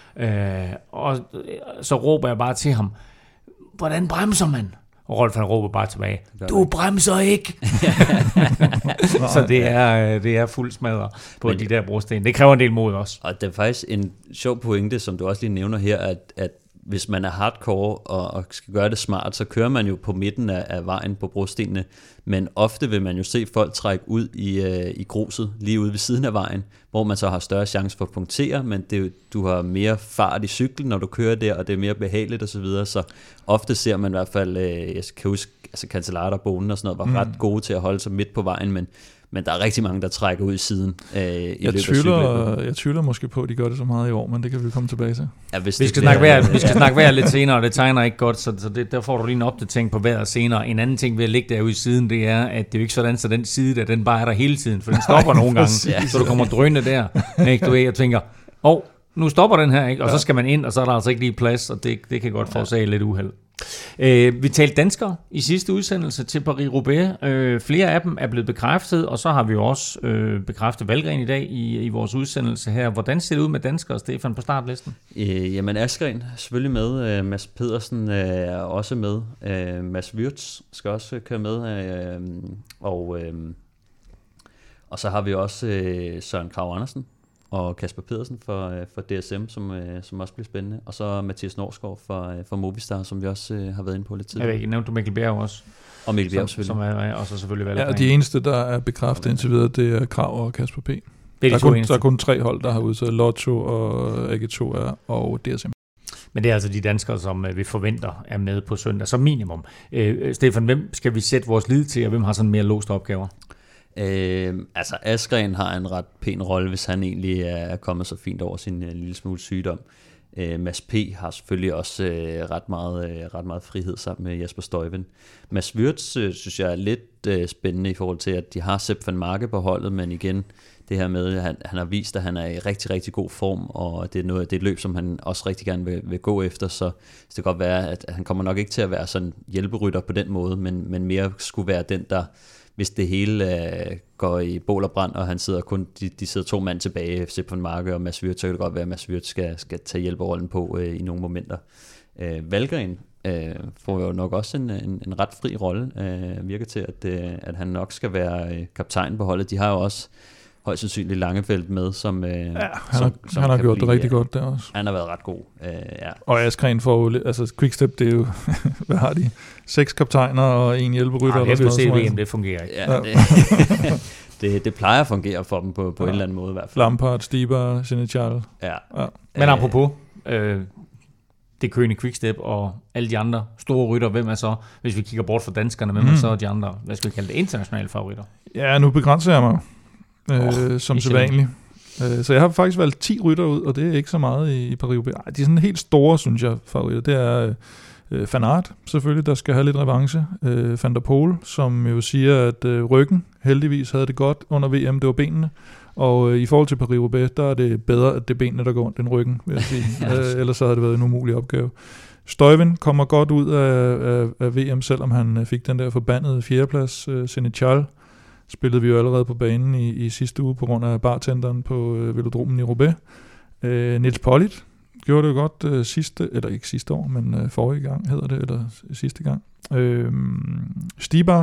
Og så råber jeg bare til ham, hvordan bremser man? Og Rolf han råber bare tilbage, du bremser ikke! Så det er fuld smadre på de der brosten. Det kræver en del mod også. Og det er faktisk en sjov pointe, som du også lige nævner her, at hvis man er hardcore og skal gøre det smart, så kører man jo på midten af vejen på brostenene, men ofte vil man jo se folk trække ud i gruset, lige ude ved siden af vejen, hvor man så har større chance for at punktere, men du har mere fart i cyklen, når du kører der, og det er mere behageligt osv., så ofte ser man i hvert fald, jeg kan huske, altså Cancellara og Bonen og sådan noget, var ret gode til at holde sig midt på vejen, men der er rigtig mange, der trækker ud i siden i løbet af cykeløbet. Jeg tvivler måske på, at de gør det så meget i år, men det kan vi komme tilbage til. Ja, vi skal snakke vejr lidt senere, og det tegner ikke godt, så der får du lige en opdatering på vejret senere. En anden ting ved at ligge derude i siden, det er, at det er jo ikke sådan, så den side der, den bare er der hele tiden, for den stopper nogle gange, så du kommer drønende der. Ikke? Du ved, jeg tænker, nu stopper den her, ikke? Og så skal man ind, og så er der altså ikke lige plads, og det kan godt forårsage lidt uheld. Vi talte danskere i sidste udsendelse til Paris-Roubaix. Flere af dem er blevet bekræftet, og så har vi jo også bekræftet Valgren i dag i vores udsendelse her. Hvordan ser det ud med danskere, Stefan, på startlisten? Jamen Askren er selvfølgelig med. Mads Pedersen er også med. Mads Wirtz skal også køre med. Og så har vi også Søren Kragh Andersen og Kasper Pedersen for DSM, som også bliver spændende. Og så Mathias Norsgaard for Movistar, som vi også har været inde på lidt tidligere. Jeg nævnte Mikkel Bjerg også. Og Mikkel Bjerg selvfølgelig. Som er også selvfølgelig Valgren. Ja, de eneste, der er bekræftet indtil videre, det er Kragh og Kasper P. Der er kun 3 hold, der har udtaget Lotto og AG2R og DSM. Men det er altså de danskere, som vi forventer er med på søndag, som minimum. Stefan, hvem skal vi sætte vores lid til, og hvem har sådan mere låste opgaver? Altså Askren har en ret pæn rolle, hvis han egentlig er kommet så fint over sin lille smule sygdom. Mads P. har selvfølgelig også ret meget frihed sammen med Jesper Stuyven. Mads Wirtz synes jeg er lidt spændende i forhold til, at de har Sepp van Marke på holdet, men igen det her med, at han har vist, at han er i rigtig, rigtig god form, og det er et løb, som han også rigtig gerne vil gå efter, så det kan godt være, at han kommer nok ikke til at være sådan hjælperytter på den måde, men mere skulle være den, der hvis det hele går i bål og brand, og han sidder kun, de sidder 2 mand tilbage, Sepp van Marke og Mads Wirtz, så kan det godt være, at Mads Wirtz skal tage hjælperrollen på i nogle momenter. Valgren får jo nok også en ret fri rolle, virker til, at han nok skal være kaptajn på holdet. De har jo også højst sandsynligt Langefelt med, som han har gjort det rigtig godt der også. Han har været ret god, ja. Og Askren får altså Quickstep, det er jo, hvad har de? 6 kaptajner og en hjælperytter. Jeg vil se VM, det fungerer ikke. Ja. Det plejer at fungere for dem på en eller anden måde i hvert fald. Lampard, Stieber, Senechal. Ja. Men apropos det Køne Quickstep og alle de andre store rytter, hvem er så, hvis vi kigger bort fra danskerne, hvem er så de andre, hvad skal vi kalde det, internationale favoritter? Ja, nu begrænser jeg mig som sædvanligt. Så jeg har faktisk valgt 10 rytter ud, og det er ikke så meget i Paris-Roubaix. De er sådan helt store, synes jeg, favoritter. Det er Van Aert, selvfølgelig, der skal have lidt revanche. Van der Poel, som jo siger, at ryggen heldigvis havde det godt under VM, det var benene. Og i forhold til Paris-Roubaix, der er det bedre, at det er benene, der går ondt end ryggen, vil jeg sige. Ellers så havde det været en umulig opgave. Stuyven kommer godt ud af VM, selvom han fik den der forbandede 4. plads. Senechal spillede vi jo allerede på banen i sidste uge på grund af bartenderen på velodromen i Roubaix. Nils Pollitt gjorde det jo godt sidste år, men forrige gang hedder det, eller sidste gang. Stieber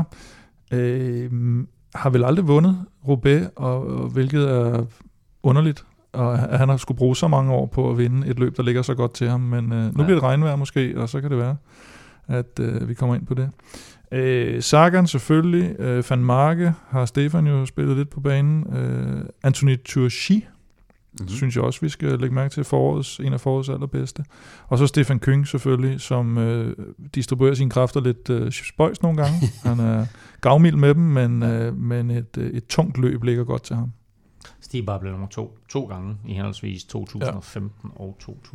har vel aldrig vundet Roubaix, og hvilket er underligt, og han har skulle bruge så mange år på at vinde et løb, der ligger så godt til ham, men nu bliver det regnvejr måske, og så kan det være, at vi kommer ind på det. Sagan selvfølgelig, Van Marke har Stefan jo spillet lidt på banen, Anthony Turchi, synes jeg også, vi skal lægge mærke til en af forårets allerbedste. Og så Stefan Küng selvfølgelig, som distribuerer sine kræfter lidt spøjs nogle gange. Han er gavmild med dem, men et tungt løb ligger godt til ham. Stieber blev nummer 2 gange i henholdsvis 2015 og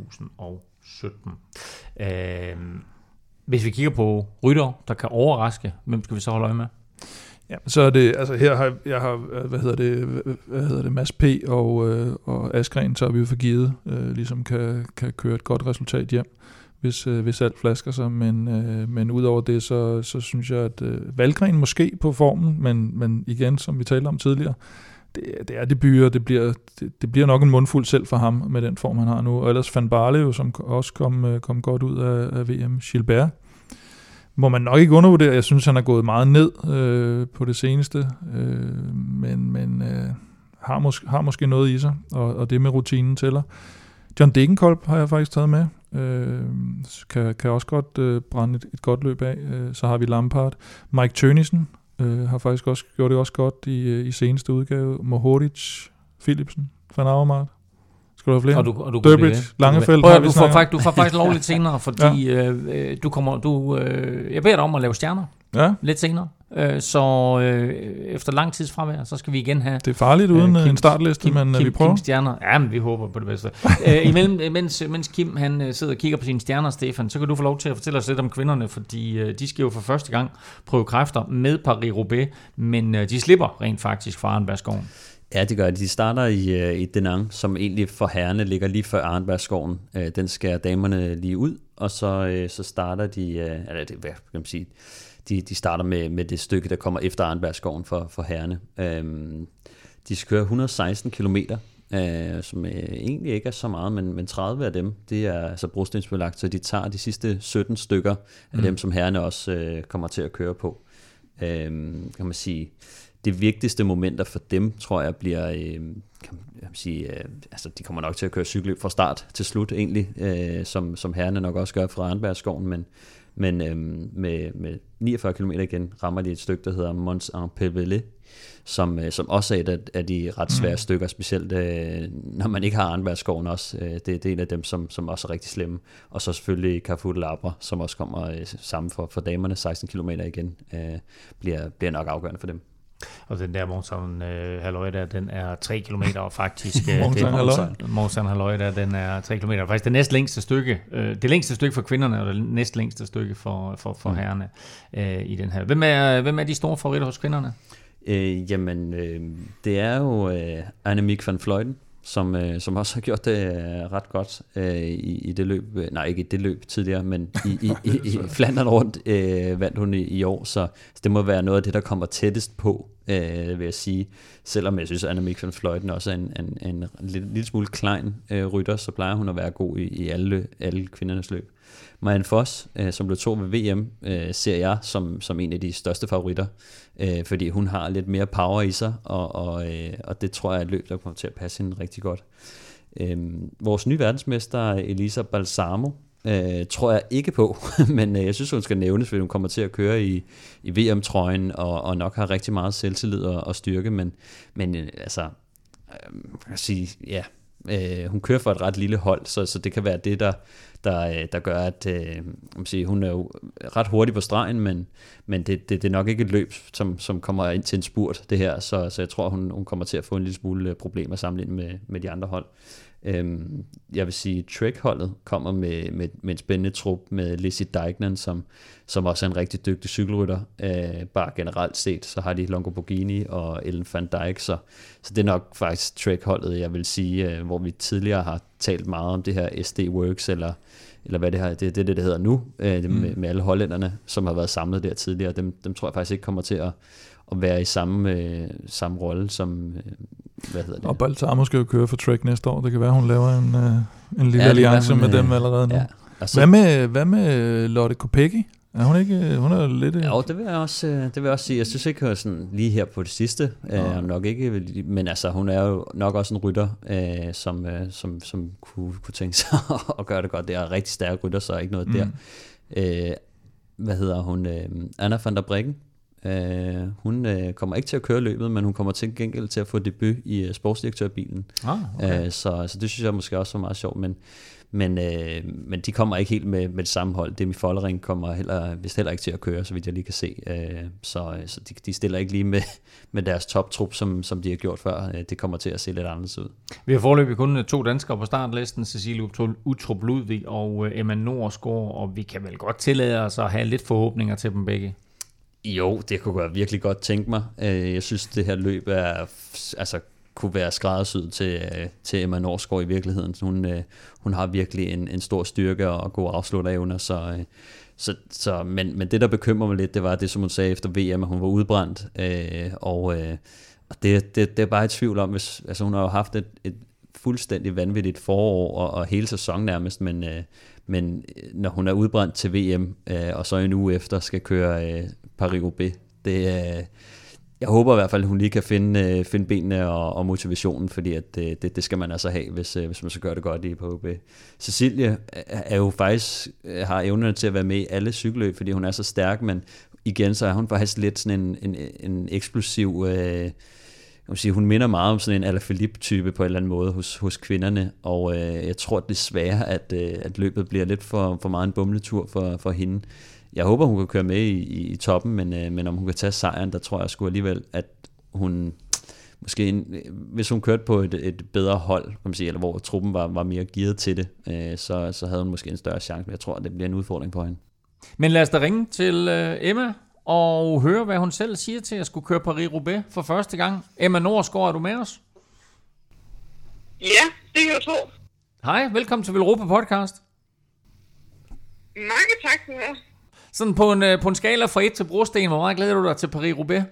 2017. Hvis vi kigger på rytter, der kan overraske, hvem skal vi så holde øje med? Ja, så er det, altså her har jeg hvad hedder det, Mads P. og Askren, så har vi jo forgivet, ligesom kan køre et godt resultat hjem, hvis alt flasker sig, men udover det, så synes jeg, at Valgren måske på formen, men igen, som vi talte om tidligere, det er debuter, det bliver nok en mundfuld selv for ham med den form, han har nu, og ellers Van Barle, som også kom godt ud af VM, Gilbert, må man nok ikke undervurdere. Jeg synes, han er gået meget ned på det seneste, men har måske noget i sig, og det med rutinen tæller. John Degenkolb har jeg faktisk taget med. Kan også godt brænde et godt løb af. Så har vi Lampard. Mike Tønnesen har faktisk også gjort det også godt i seneste udgave. Mohoric, Philipsen, Van Avermaet. Skal du have flere? Og du Durbridge, Langefelt. Du får faktisk lov lidt senere, fordi jeg beder dig om at lave stjerner lidt senere. Så efter lang tids fravær, så skal vi igen have... Det er farligt uden en startliste, men vi prøver. Kim stjerner. Ja, men vi håber på det bedste. Mens Kim han sidder og kigger på sine stjerner, Stefan, så kan du få lov til at fortælle os lidt om kvinderne, fordi de skal jo for første gang prøve kræfter med Paris-Roubaix, men de slipper rent faktisk fra Arnbergskoven. Ja, det gør de. De starter i Denang, som egentlig for herrerne ligger lige før Arnbergskoven. Den skærer damerne lige ud, og så starter de, hvad kan man sige, de starter med det stykke, der kommer efter Arnbergskoven for herrerne. De skal køre 116 kilometer, som egentlig ikke er så meget, men 30 af dem, det er altså brostensbelagt, så de tager de sidste 17 stykker af dem, som herrerne også kommer til at køre på. Kan man sige, det vigtigste momenter for dem, tror jeg, bliver, altså de kommer nok til at køre cykelløb fra start til slut egentlig, som herrerne nok også gør fra Arnbergskoven, men med 49 km igen rammer de et stykke, der hedder Mons-en-Pévélé, som også er et af de ret svære stykker, specielt når man ikke har Arnbergskoven også. Det er en af dem, som også er rigtig slemme. Og så selvfølgelig Carrefour de l'Arbre, som også kommer sammen for damerne, 16 km igen, bliver nok afgørende for dem. Og den der Mont-Saint-Halløj der, den er 3 km, og faktisk Mont-Saint-Halløj der, den er 3 km. Faktisk det næstlængste stykke, det længste stykke for kvinderne, og det næstlængste stykke for herrerne i den her. Hvem er de store favoritter hos kvinderne? Det er jo Annemiek van Vleuten, som også har gjort det ret godt i det løb. Nej, ikke i det løb tidligere, men i Flandern rundt vandt hun i år, så det må være noget af det, der kommer tættest på vil jeg sige. Selvom jeg synes, Annemiek van Vleuten også er en lille smule klein rytter, så plejer hun at være god i alle kvindernes løb. Marianne Vos, som blev 2 ved VM, ser jeg som en af de største favoritter, fordi hun har lidt mere power i sig, og det tror jeg er et løb, der kommer til at passe hende rigtig godt. Vores nye verdensmester, Elisa Balsamo, tror jeg ikke på, men jeg synes, hun skal nævnes, fordi hun kommer til at køre i VM-trøjen, og nok har rigtig meget selvtillid og styrke, men altså, kan sige, ja, hun kører for et ret lille hold, så det kan være det, der gør, at hun er jo ret hurtig på stregen, men det er nok ikke et løb, som kommer ind til en spurt, det her, så jeg tror, hun kommer til at få en lille smule problemer sammenlignet med de andre hold. Jeg vil sige, Trek-holdet kommer med en spændende trup med Lizzie Deignan, som også er en rigtig dygtig cykelrytter. Bare generelt set, så har de Longo Borghini og Ellen van Dijk, så det er nok faktisk Trek-holdet, jeg vil sige, hvor vi tidligere har talt meget om det her SD Works, eller hvad det her, det hedder nu, med alle hollænderne, som har været samlet der tidligere. Dem tror jeg faktisk ikke kommer til at være i samme rolle som, hvad hedder det? Og Balsamo skal jo køre for Trek næste år. Det kan være, hun laver en lille alliance med dem allerede nu. Ja. Altså, hvad med Lotte Kopecky? Er hun ikke? Hun er lidt. Ja, det vil jeg også sige. Jeg synes ikke sådan lige her på det sidste, nok ikke, men altså hun er jo nok også en rytter, som kunne tænke sig at gøre det godt. Det er en rigtig stærk rytter, så ikke noget der. Hvad hedder hun? Anna van der Breggen. Hun kommer ikke til at køre løbet, men hun kommer til gengæld til at få debut i sportsdirektørbilen. Okay. Så det synes jeg måske også var meget sjovt, men de kommer ikke helt med det samme hold. Demi Follering kommer vist heller ikke til at køre, så vidt jeg lige kan se. Så de stiller ikke lige med deres toptrup, som de har gjort før. Det kommer til at se lidt anderledes ud. Vi har foreløbig kun 2 danskere på startlisten, Cecilie Uttrup Ludvig og Emma Norsgaard, og vi kan vel godt tillade os at have lidt forhåbninger til dem begge. Jo, det kunne jeg virkelig godt tænke mig. Jeg synes, det her løb kunne være skræddersyet til Emma Norsgaard i virkeligheden. Hun har virkelig en stor styrke og gode afslutterevner, men det, der bekymrer mig lidt, det var det, som hun sagde efter VM, at hun var udbrændt, og det er bare et tvivl om, hvis hun har jo haft et fuldstændig vanvittigt forår og hele sæsonen nærmest, men når hun er udbrændt til VM, og så en uge efter skal køre Paris-Roubaix, jeg håber i hvert fald, at hun lige kan finde benene og motivationen, fordi at det skal man altså have, hvis man så gør det godt i Paris-Roubaix. Cecilie er jo faktisk, har evnerne til at være med i alle cykelløb, fordi hun er så stærk, men igen, så er hun faktisk lidt sådan en eksplosiv, hun minder meget om sådan en Alaphilippe-type på en eller anden måde hos kvinderne, og jeg tror desværre, at løbet bliver lidt for meget en bumletur for hende. Jeg håber, hun kan køre med i toppen, men om hun kan tage sejren, der tror jeg sgu alligevel, at hun måske, hvis hun kørte på et bedre hold, kan man sige, eller hvor truppen var mere gearet til det, så havde hun måske en større chance, men jeg tror, at det bliver en udfordring på hende. Men lad os da ringe til Emma og høre, hvad hun selv siger til at skulle køre Paris-Roubaix for første gang. Emma Norsgaard, er du med os? Ja, det kan jeg tro. Hej, velkommen til Velropa Podcast. Mange tak for det. Sådan på en skala fra 1 til brosten, hvor meget glæder du dig til Paris-Roubaix?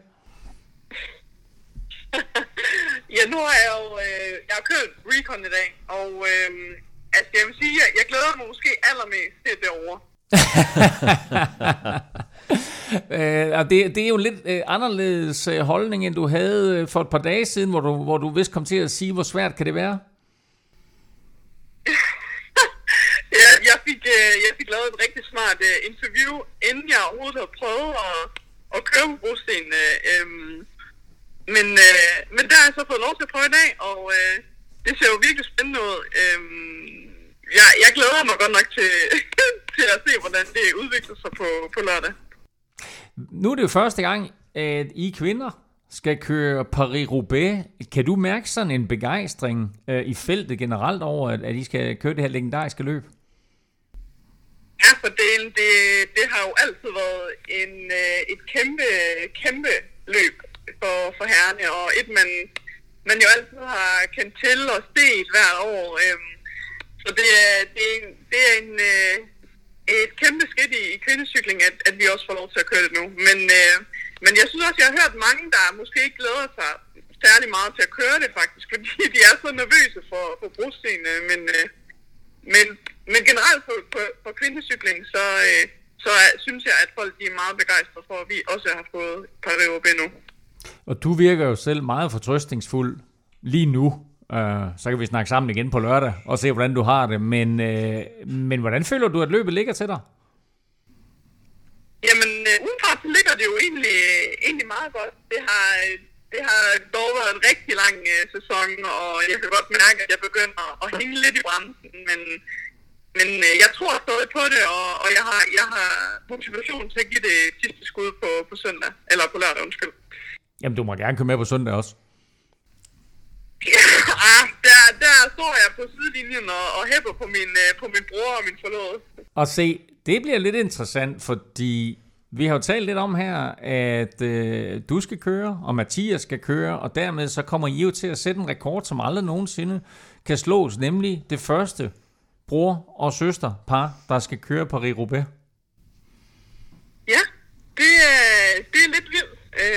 Ja, nu har jeg jo jeg har kørt recon i dag, og jeg vil sige, jeg glæder mig måske allermest til derovre. Det er jo lidt anderledes holdning, end du havde for et par dage siden, hvor du vist kom til at sige, hvor svært kan det være? Jeg fik lavet et rigtig smart interview, inden jeg overhovedet havde prøvet at køre på brosten. Men der har jeg så fået lov til at prøve i dag, og det ser jo virkelig spændende ud. Jeg glæder mig godt nok til at se, hvordan det udvikler sig på lørdag. Nu er det jo første gang, at I kvinder skal køre Paris-Roubaix. Kan du mærke sådan en begejstring i feltet generelt over, at I skal køre det her legendariske løb? Ja, for det har jo altid været et kæmpe løb for herrerne, og man jo altid har kendt til og set hvert år. Så det er et kæmpe skridt i kvindecykling, at vi også får lov til at køre det nu. Men jeg synes også, jeg har hørt mange, der måske ikke glæder sig særlig meget til at køre det faktisk, fordi de er så nervøse for brostenene. Men generelt for kvindecykling, så synes jeg, at folk de er meget begejstrede for, at vi også har fået Paris-Roubaix nu. Og du virker jo selv meget fortrøstningsfuld lige nu. Så kan vi snakke sammen igen på lørdag og se, hvordan du har det. Men hvordan føler du, at løbet ligger til dig? Jamen, udenfra så ligger det jo egentlig meget godt. Det har dog været en rigtig lang sæson, og jeg kan godt mærke, at jeg begynder at hænge lidt i bremsen. Men jeg tror stadig på det, og jeg har motivation til at give det sidste skud på søndag. Eller på lørdag, undskyld. Jamen, du må gerne komme med på søndag også. Ja, der står jeg på sidelinjen og hæpper på min bror og min forlovede. Og se, det bliver lidt interessant, fordi vi har jo talt lidt om her, at du skal køre, og Mathias skal køre, og dermed så kommer I jo til at sætte en rekord, som aldrig nogensinde kan slås, nemlig det første bror og søsterpar, der skal køre Paris-Roubaix. Ja, det er lidt vildt.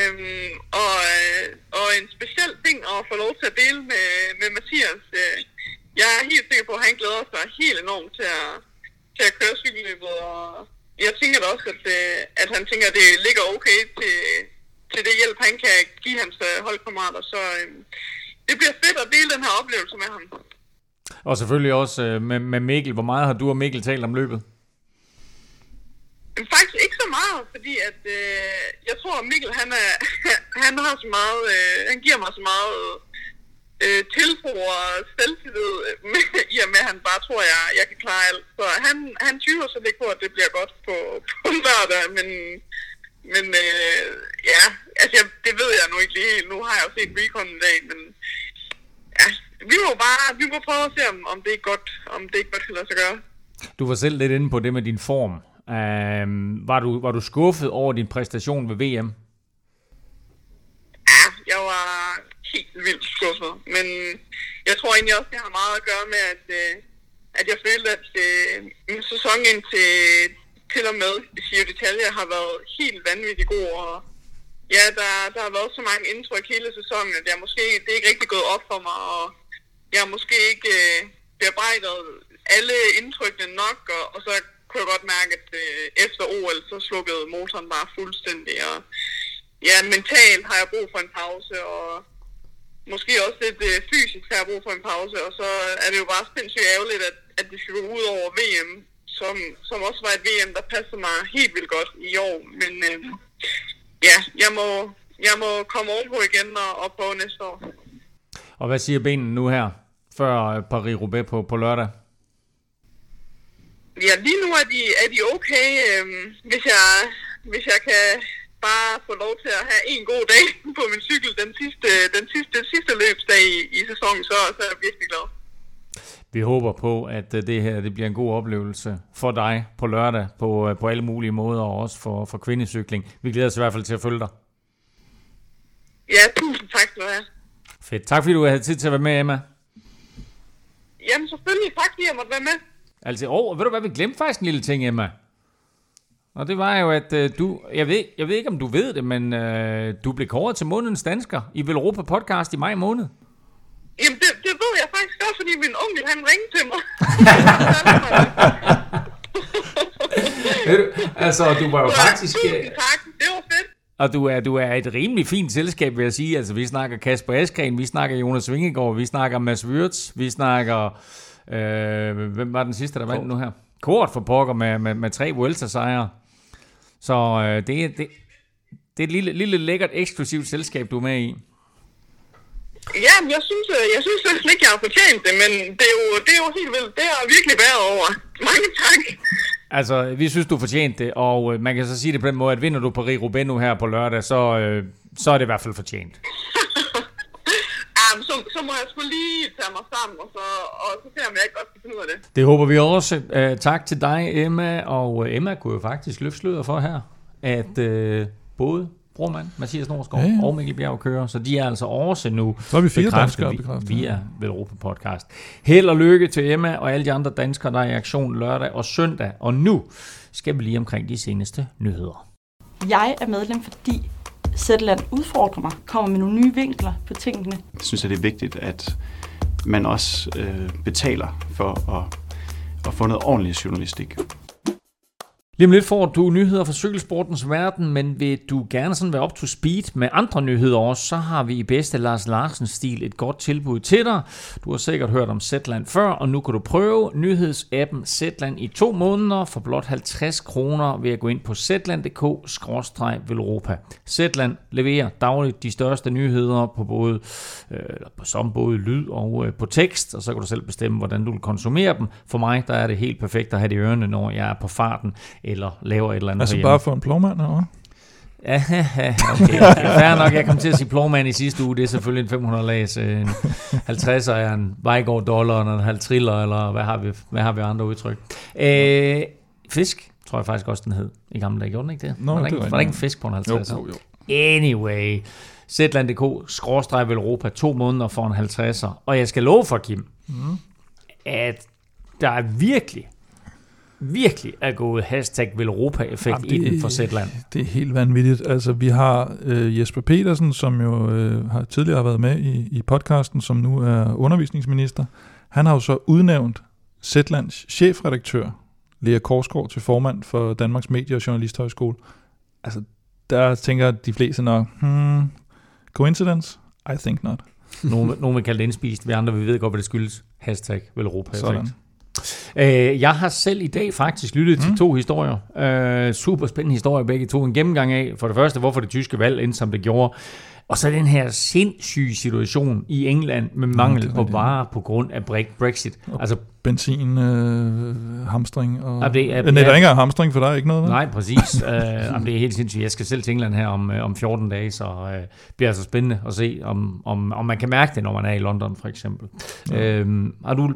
Og en speciel ting at få lov til at dele med Mathias. Jeg er helt sikker på, at han glæder sig helt enormt til at køre cykelløbet, og jeg tænker da også, at han tænker, at det ligger okay til det hjælp, han kan give hans holdkammerater. Så det bliver fedt at dele den her oplevelse med ham. Og selvfølgelig også med Mikkel. Hvor meget har du og Mikkel talt om løbet? Faktisk ikke så meget, fordi at jeg tror, at Mikkel han har så meget, han giver mig så meget tiltro og selvtillid i og med, at han bare tror, at jeg kan klare alt. Så han tyver så lidt på, at det bliver godt på lørdag, men ja, altså det ved jeg nu ikke lige helt. Nu har jeg jo set recon i dag, men ja, vi må prøve at se, om det er godt, kan lade sig gøre. Du var selv lidt inde på det med din form. Var du skuffet over din præstation ved VM? Ja, jeg var helt vildt skuffet, men jeg tror egentlig også, det har meget at gøre med, at jeg følte, at min sæson til og med Giro d'Italia har været helt vanvittigt god, og ja, der har været så mange indtryk hele sæsonen, at det er ikke rigtig gået op for mig, og jeg har måske ikke bearbejdet alle indtrykkene nok, og så kunne jeg godt mærke, at efter OL, så slukkede motoren bare fuldstændig, og ja, mentalt har jeg brug for en pause, og måske også lidt fysisk har jeg brug for en pause, og så er det jo bare sindssygt ærgerligt, at det skal gå ud over VM, som også var et VM, der passer mig helt vildt godt i år, men ja, jeg må komme ovenpå igen og prøve næste år. Og hvad siger benene nu her, før Paris-Roubaix på lørdag? Ja, lige nu er de okay. Hvis jeg kan bare få lov til at have en god dag på min cykel den sidste løbsdag i sæsonen, så er jeg virkelig glad. Vi håber på, at det her det bliver en god oplevelse for dig på lørdag på alle mulige måder, og også for kvindecykling. Vi glæder os i hvert fald til at følge dig. Ja, tusind tak skal du have. Fedt. Tak fordi du havde tid til at være med, Emma. Jamen selvfølgelig, tak fordi jeg måtte være med. Altså, ved du hvad, vi glemte faktisk en lille ting, Emma. Og det var jo, at du, jeg ved ikke, om du ved det, men du blev kåret til månedens dansker i Velropa podcast i maj måned. Jamen, det ved jeg faktisk også, fordi min onkel, han ringede til mig. Ved du, altså, du var jo faktisk... Tak, det var fedt. Og du er et rimelig fint selskab, vil jeg sige. Altså, vi snakker Kasper Askren, vi snakker Jonas Vingegaard, vi snakker Mads Wirtz, vi snakker... hvem var den sidste, der vandt nu her? Kort for pokker med 3 Vuelta-sejre. Så det er et lille lækkert, eksklusivt selskab, du er med i. Ja, jeg synes ikke, jeg har fortjent det, men det er jo helt vildt. Det har virkelig været over. Mange tak. Altså, vi synes, du fortjente det, og man kan så sige det på den måde, at vinder du Paris-Roubaix nu her på lørdag, så er det i hvert fald fortjent. Så må jeg sgu lige tage mig sammen, og så ser jeg, om jeg ikke godt kan finde ud af det. Det håber vi også. Tak til dig, Emma. Og Emma kunne jo faktisk løfte sløret for her, at både brormand Mathias Norsgaard og Mikkel Bjerg kører, så de er altså også nu så er vi 4 danskere bekræftet via Velropa podcast. Held og lykke til Emma og alle de andre danskere, der er i aktion lørdag og søndag. Og nu skal vi lige omkring de seneste nyheder. Jeg er medlem, fordi Zetland udfordrer mig, kommer med nogle nye vinkler på tingene. Jeg synes, at det er vigtigt, at man også betaler for at få noget ordentlig journalistik. Lige om lidt får du nyheder fra cykelsportens verden, men vil du gerne sådan være up to speed med andre nyheder også, så har vi i bedste Lars Larsen-stil et godt tilbud til dig. Du har sikkert hørt om Zetland før, og nu kan du prøve nyhedsappen Zetland i 2 måneder for blot 50 kroner ved at gå ind på zetland.dk/Velropa. Zetland leverer dagligt de største nyheder på både lyd og på tekst, og så kan du selv bestemme, hvordan du vil konsumere dem. For mig der er det helt perfekt at have det i ørene, når jeg er på farten, eller laver et eller andet altså herhjemme. bare for en plovmand, eller? Ja, okay. Fair nok, jeg kom til at sige plovmand i sidste uge. Det er selvfølgelig en 500 lags, en 50'er er en Vejgaard dollar, en halv triller, eller hvad har vi andre udtryk? Fisk, tror jeg faktisk også, den hed i gamle dage. Gjorde den ikke det? Nå, var der ikke en fisk på en 50'er? Jo. Anyway, Zetland.dk/Velropa 2 måneder for en 50'er. Og jeg skal love for, Kim, at der er virkelig er gået #Velropa-effekt i den for Zetland. Det er helt vanvittigt. Altså, vi har Jesper Petersen, som jo tidligere har været med i podcasten, som nu er undervisningsminister. Han har jo så udnævnt Zetlands chefredaktør, Lea Korsgaard, til formand for Danmarks Medie- og Journalisthøjskole. Altså, der tænker de fleste nok, coincidence? I think not. Nogle vil kalde det indspist, vi andre vi ved godt, hvad det skyldes. #Velropa-effekt. Sådan. Jeg har selv i dag faktisk lyttet til 2 historier. Super spændende historier begge to. En gennemgang af, for det første, hvorfor det tyske valg endte, som det gjorde. Og så den her sindssyge situation i England med mangel på varer på grund af Brexit. Altså benzin, hamstring og... der er ikke engang hamstring, for der er ikke noget. Nej, præcis. Det er helt sindssygt. Jeg skal selv til England her om 14 dage, så det bliver altså spændende at se, om man kan mærke det, når man er i London, for eksempel. Ja. Har du...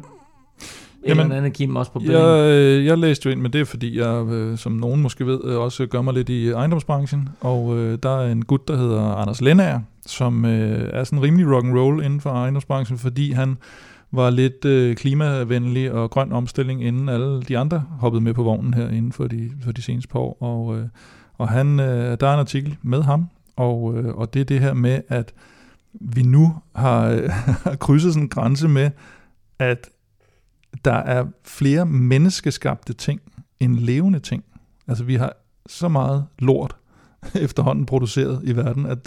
Andet Kim også på jeg læste jo ind med det, fordi jeg, som nogen måske ved, også gør mig lidt i ejendomsbranchen, og der er en gut, der hedder Anders Lennager, som er sådan rimelig rock'n'roll inden for ejendomsbranchen, fordi han var lidt klimavenlig og grøn omstilling, inden alle de andre hoppede med på vognen her inden for de seneste par år, og han, der er en artikel med ham, og det er det her med, at vi nu har krydset sådan en grænse med, at der er flere menneskeskabte ting end levende ting. Altså vi har så meget lort efterhånden produceret i verden, at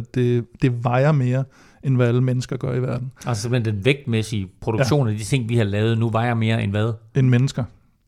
det vejer mere, end hvad alle mennesker gør i verden. Altså simpelthen den vægtmæssige produktion af de ting, vi har lavet, nu vejer mere end hvad? End mennesker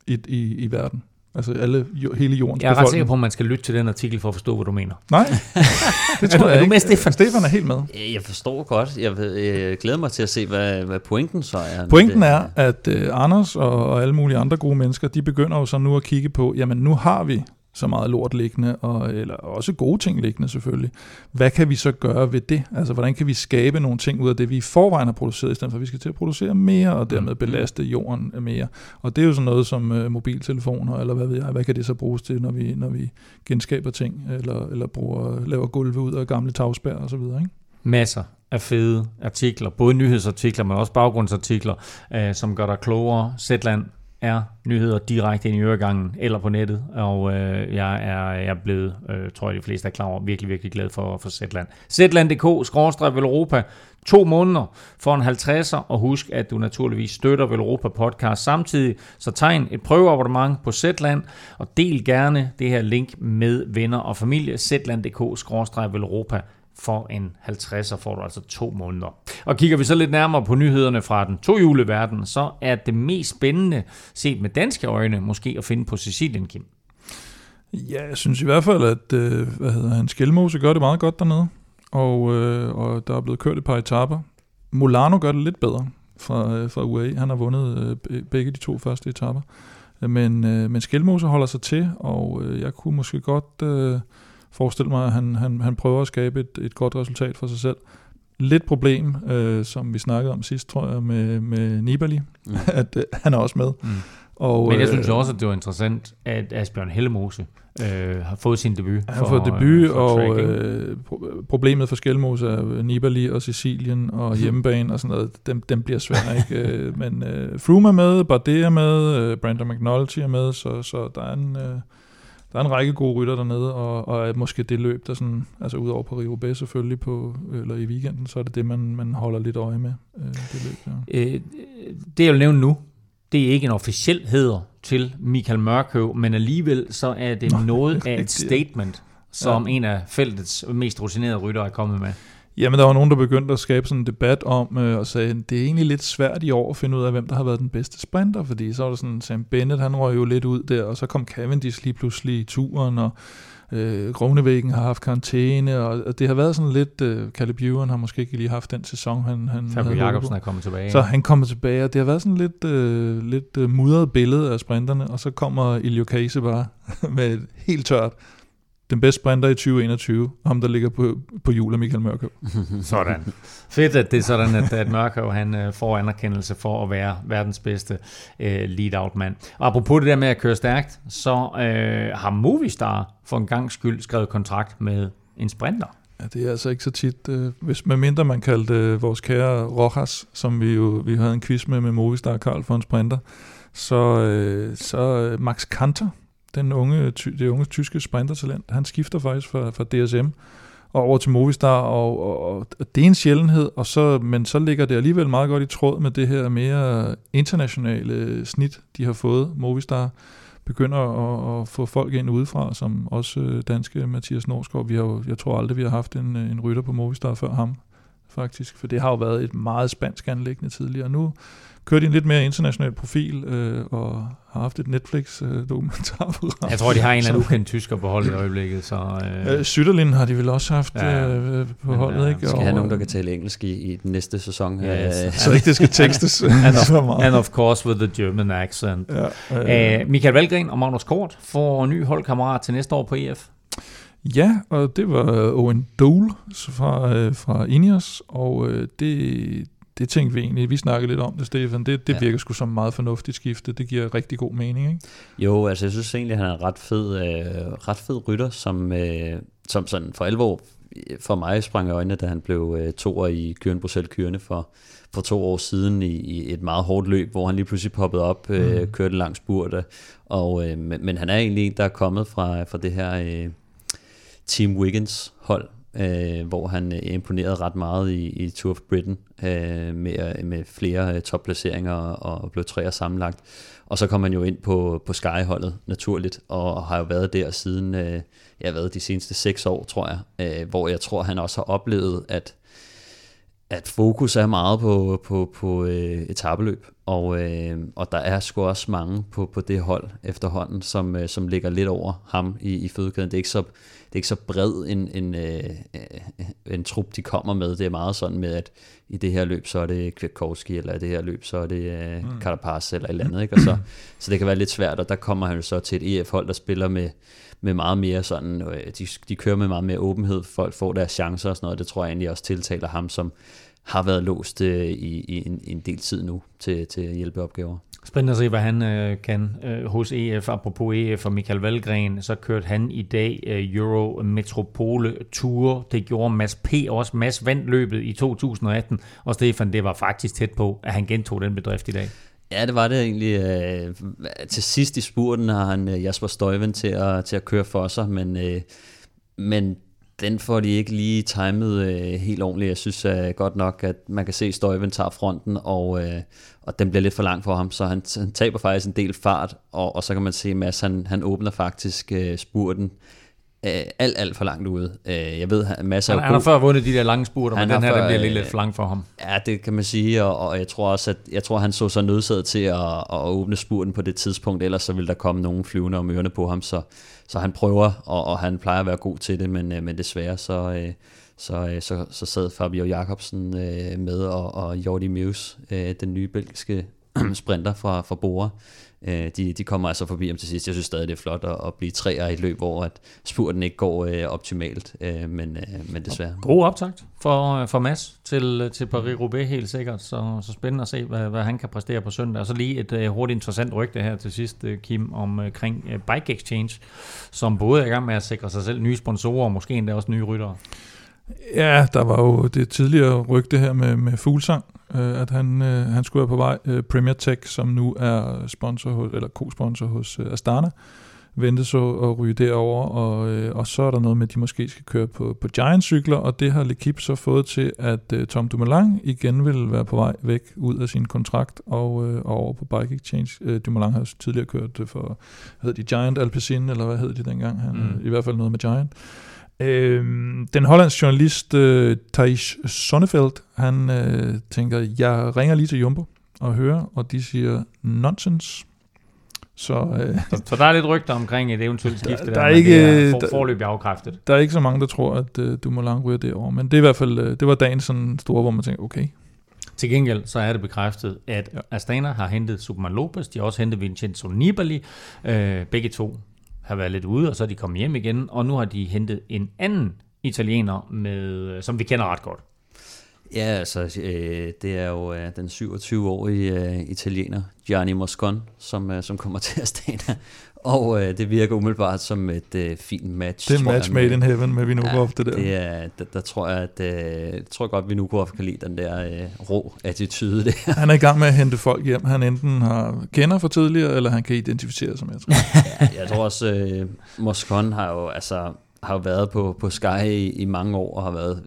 i verden. Altså hele jordens befolkning. Jeg er ret sikker på, at man skal lytte til den artikel for at forstå, hvad du mener. Nej, det tror jeg ikke. Er du med, Stefan? Stefan er helt med. Jeg forstår godt. Jeg glæder mig til at se, hvad pointen så er. Pointen er, at Anders og alle mulige andre gode mennesker, de begynder jo så nu at kigge på, jamen nu har vi så meget lort liggende, eller også gode ting liggende selvfølgelig. Hvad kan vi så gøre ved det? Altså, hvordan kan vi skabe nogle ting ud af det, vi i forvejen har produceret, i stedet for at vi skal til at producere mere, og dermed belaste jorden mere. Og det er jo sådan noget som mobiltelefoner, eller hvad ved jeg, hvad kan det så bruges til, når vi genskaber ting, eller laver gulve ud af gamle tagspær og så videre, ikke? Masser af fede artikler, både nyhedsartikler, men også baggrundsartikler, som gør dig klogere. Zetland er nyheder direkte ind i øregangen eller på nettet, og jeg er blevet, tror jeg de fleste er klar over, virkelig, virkelig glad for Zetland. Zetland.dk/Velropa 2 måneder for en 50'er, og husk, at du naturligvis støtter Velropa podcast samtidig, så tegn et prøveabonnement på Zetland, og del gerne det her link med venner og familie. Zetland.dk/Velropa for en 50'er får du altså 2 måneder. Og kigger vi så lidt nærmere på nyhederne fra den tohjuleverden, så er det mest spændende, set med danske øjne, måske at finde på Sicilien, Kim. Ja, jeg synes i hvert fald, at Skelmose gør det meget godt dernede, og der er blevet kørt et par etaper. Molano gør det lidt bedre fra UAE. Han har vundet begge de 2 første etaper. Men Skelmose holder sig til, og jeg kunne måske godt... forestille mig, at han prøver at skabe et godt resultat for sig selv. Lidt problem, som vi snakkede om sidst, tror jeg, med Nibali, at han er også med. Og, men jeg synes også, at det var interessant, at Asbjørn Hellemose har fået sin debut. Han har fået debut, og problemet for Skelmose er Nibali og Sicilien og hjemmebane og sådan noget. Dem bliver svært, ikke? Men Froome er med, Bardet er med, Brandon McNulty er med, så der der er en række gode rytter dernede, og måske det løb, der sådan, altså udover Paris-Roubaix selvfølgelig eller i weekenden, så er det det, man holder lidt øje med, det løb. Ja. Det jeg vil nævne nu, det er ikke en officiel hæder til Michael Mørkøv, men alligevel så er det noget af et statement, som en af feltets mest rutinerede ryttere er kommet med. Jamen, der var nogen, der begyndte at skabe sådan en debat om, og sagde, at det er egentlig lidt svært i år at finde ud af, hvem der har været den bedste sprinter, fordi så var der sådan, Sam Bennett, han røg jo lidt ud der, og så kom Cavendish lige pludselig i turen, og Groenewegen har haft karantæne, og det har været sådan lidt, Caleb Ewan har måske ikke lige haft den sæson, han Fabio Jacobsen er kommet tilbage. Så han kommer tilbage, og det har været sådan lidt mudret billede af sprinterne, og så kommer Iljo Keise bare med et helt tørt, den bedste sprinter i 2021, ham der ligger på hjul af Michael Mørkøv. Sådan. Fedt, at det er sådan, at Mørkøv han får anerkendelse for at være verdens bedste lead-out-mand. Og apropos det der med at køre stærkt, så har Movistar for en gang skyld skrevet kontrakt med en sprinter. Ja, det er altså ikke så tit. Hvis medmindre man kaldte vores kære Rojas, som vi havde en quiz med Movistar Karl for en sprinter, så Max Kanter, det unge tyske sprintertalent, han skifter faktisk fra DSM og over til Movistar, og det er en sjældenhed, men så ligger det alligevel meget godt i tråd med det her mere internationale snit, de har fået. Movistar begynder at få folk ind udefra, som også danske Mathias Norsgaard. Jeg tror aldrig, vi har haft en rytter på Movistar før ham, faktisk, for det har jo været et meget spansk anliggende tidligere. Nu kører de en lidt mere international profil, og har haft et Netflix-dokumentarprogram. Jeg tror, de har en eller anden ukendt tysker på holdet i øjeblikket. Sütterlin har de vel også haft på holdet, ikke? Vi skal have nogen, der kan tale engelsk i den næste sæson. Så ikke det skal tekstes. And of course with the German accent. Michael Valgren og Magnus Kort får ny holdkammerat til næste år på EF. Ja, og det var Owen Dole fra Ineos, og det tænkte vi egentlig. Vi snakkede lidt om det, Stefan. Det virker sgu som meget fornuftigt skifte. Det giver rigtig god mening, ikke? Jo, altså jeg synes egentlig, han er ret fed rytter, som sådan for alvor for mig sprang i øjnene, da han blev toer i Køren Bruxelles-kørende for 2 år siden i et meget hårdt løb, hvor han lige pludselig poppede op, kørte langs spurte. Men han er egentlig en, der er kommet fra det her Team Wiggins hold, hvor han imponerede ret meget i Tour of Britain med flere topplaceringer og blev 3'er sammenlagt. Og så kom han jo ind på Sky-holdet naturligt, og har jo været der siden de seneste 6 år, tror jeg, hvor jeg tror, han også har oplevet, at fokus er meget på etapeløb, og der er sgu også mange på det hold efterhånden, som ligger lidt over ham i fødekæden. Det er ikke så bred en trup, de kommer med. Det er meget sådan med, at i det her løb, så er det Kwiatkowski, eller i det her løb, så er det Carapaz eller et eller andet. Ikke? Og så det kan være lidt svært, og der kommer han jo så til et EF-hold, der spiller med meget mere sådan, de kører med meget mere åbenhed, folk får deres chancer og sådan noget. Det tror jeg egentlig også tiltaler ham, som har været låst i en del tid nu til hjælpeopgaver. Spændende at se, hvad han kan hos EF. Apropos EF og Michael Valgren, så kørte han i dag Euro Metropole Tour. Det gjorde Mads P. også. Mads vandt løbet i 2018, og Stefan, det var faktisk tæt på, at han gentog den bedrift i dag. Ja, det var det egentlig. Til sidst i spurten har han Jasper Stuyven til at køre for sig, men den får de ikke lige timet helt ordentligt. Jeg synes godt nok, at man kan se, at Stuyven tager fronten, og den bliver lidt for lang for ham, så han taber faktisk en del fart, og så kan man se, at Mads han åbner faktisk spurten alt for langt ude. Jeg ved, at Mads han har før vundet de der lange spurter, men den her den bliver lidt for lang for ham. Ja, det kan man sige, og jeg tror også, at han så nødsaget til at åbne spurten på det tidspunkt, ellers så vil der komme nogen flyvende om ørerne på ham, så han prøver, og han plejer at være god til det, men desværre så sad Fabio Jacobsen med, og Jordi Meus, den nye belgiske sprinter fra Bora. De kommer altså forbi ham til sidst. Jeg synes stadig, det er flot at blive 3'er i et løb, hvor at spurten ikke går optimalt, men desværre. God optakt for Mads til Paris-Roubaix, helt sikkert. Så spændende at se, hvad han kan præstere på søndag. Og så lige et hurtigt interessant rygte her til sidst, Kim, omkring Bike Exchange, som både er i gang med at sikre sig selv nye sponsorer, og måske endda også nye ryttere. Ja, der var jo det tidligere rygte her med Fuglsang, at han skulle være på vej. Premier Tech, som nu er sponsor eller co-sponsor hos Astana, vente så og ryge derover, og så er der noget med, at de måske skal køre på Giant-cykler, og det har L'Équipe så fået til, at Tom Dumoulin igen vil være på vej væk ud af sin kontrakt og over på Bike Exchange. Dumoulin har jo tidligere kørt det for, hvad hed de, Giant Alpecin, eller hvad hed de dengang? I hvert fald noget med Giant. Den hollandske journalist Thijs Sonneveld, han tænker, jeg ringer lige til Jumbo og hører, og de siger nonsense. Så der er lidt rygter omkring et eventuelt skifte, der er ikke forløbig afkræftet. Der er ikke så mange, der tror, at Dumoulin ryger derovre, men det er i hvert fald, det var dagen sådan store, hvor man tænker, okay. Til gengæld så er det bekræftet, at Astana har hentet Superman Lopez, de har også hentet Vincenzo Nibali, begge to har været lidt ude, og så er de kommet hjem igen, og nu har de hentet en anden italiener, som vi kender ret godt. Ja, altså det er jo den 27-årige italiener, Gianni Moscon, som kommer til Astana, og det virker umiddelbart som et fint match. Det er match made in heaven med Vinokurov, det der. Der tror jeg, tror godt, Vinokurov kan lide den der rå attitude der. Han er i gang med at hente folk hjem, han enten kender for tidligere, eller han kan identificere sig med. Jeg tror også, Moscon har jo været på Sky i mange år, og har været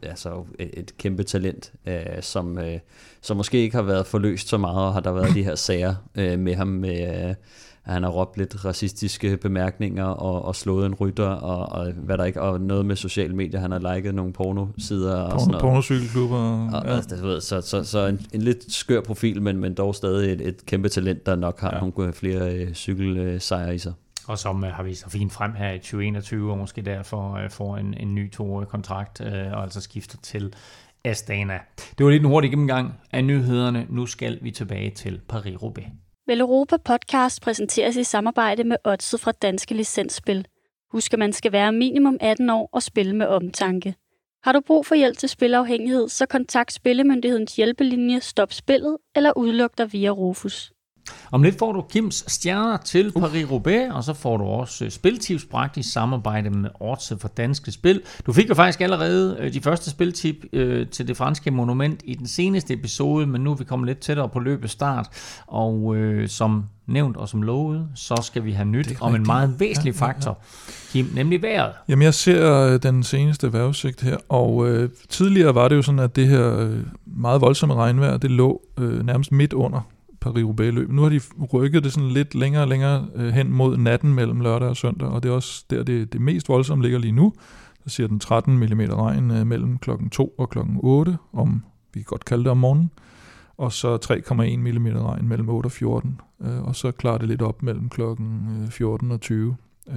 et kæmpe talent, som måske ikke har været forløst så meget, og har der været de her sager med ham, med han har råbt lidt racistiske bemærkninger, og slået en rytter, og hvad der ikke, og noget med sociale medier, han har liket nogle pornosider, og sådan noget. Pornocykelklubber. Så en lidt skør profil, men dog stadig et kæmpe talent, der nok har nogle flere cykelsejre i sig. Og som har vist sig fint frem her i 2021, og måske derfor får en ny 2-årig kontrakt, og altså skifter til Astana. Det var lidt en hurtig gennemgang af nyhederne. Nu skal vi tilbage til Paris-Roubaix. Vel Europa Podcast præsenteres i samarbejde med Oddset fra Danske Licensspil. Husk, at man skal være minimum 18 år og spille med omtanke. Har du brug for hjælp til spilafhængighed, så kontakt Spillemyndighedens hjælpelinje Stop Spillet eller udluk dig via Rufus. Om lidt får du Kims stjerner til Paris-Roubaix, og så får du også spiltips bragt i samarbejde med Oddset for Danske Spil. Du fik jo faktisk allerede de første spiltip til det franske monument i den seneste episode, men nu er vi kommet lidt tættere på løbets start, og som nævnt og som lovet, så skal vi have nyt om en meget væsentlig faktor, Kim, nemlig vejret. Jamen jeg ser den seneste vejrudsigt her, og tidligere var det jo sådan, at det her meget voldsomme regnvejr, det lå nærmest midt under Paris-Roubaix-løb. Nu har de rykket det sådan lidt længere og længere hen mod natten mellem lørdag og søndag, og det er også der, det mest voldsomme ligger lige nu. Der siger den 13 mm regn mellem klokken 2 og klokken 8, om vi kan godt kalde det om morgenen, og så 3,1 mm regn mellem 8 og 14, og så klarer det lidt op mellem klokken 14 og 20.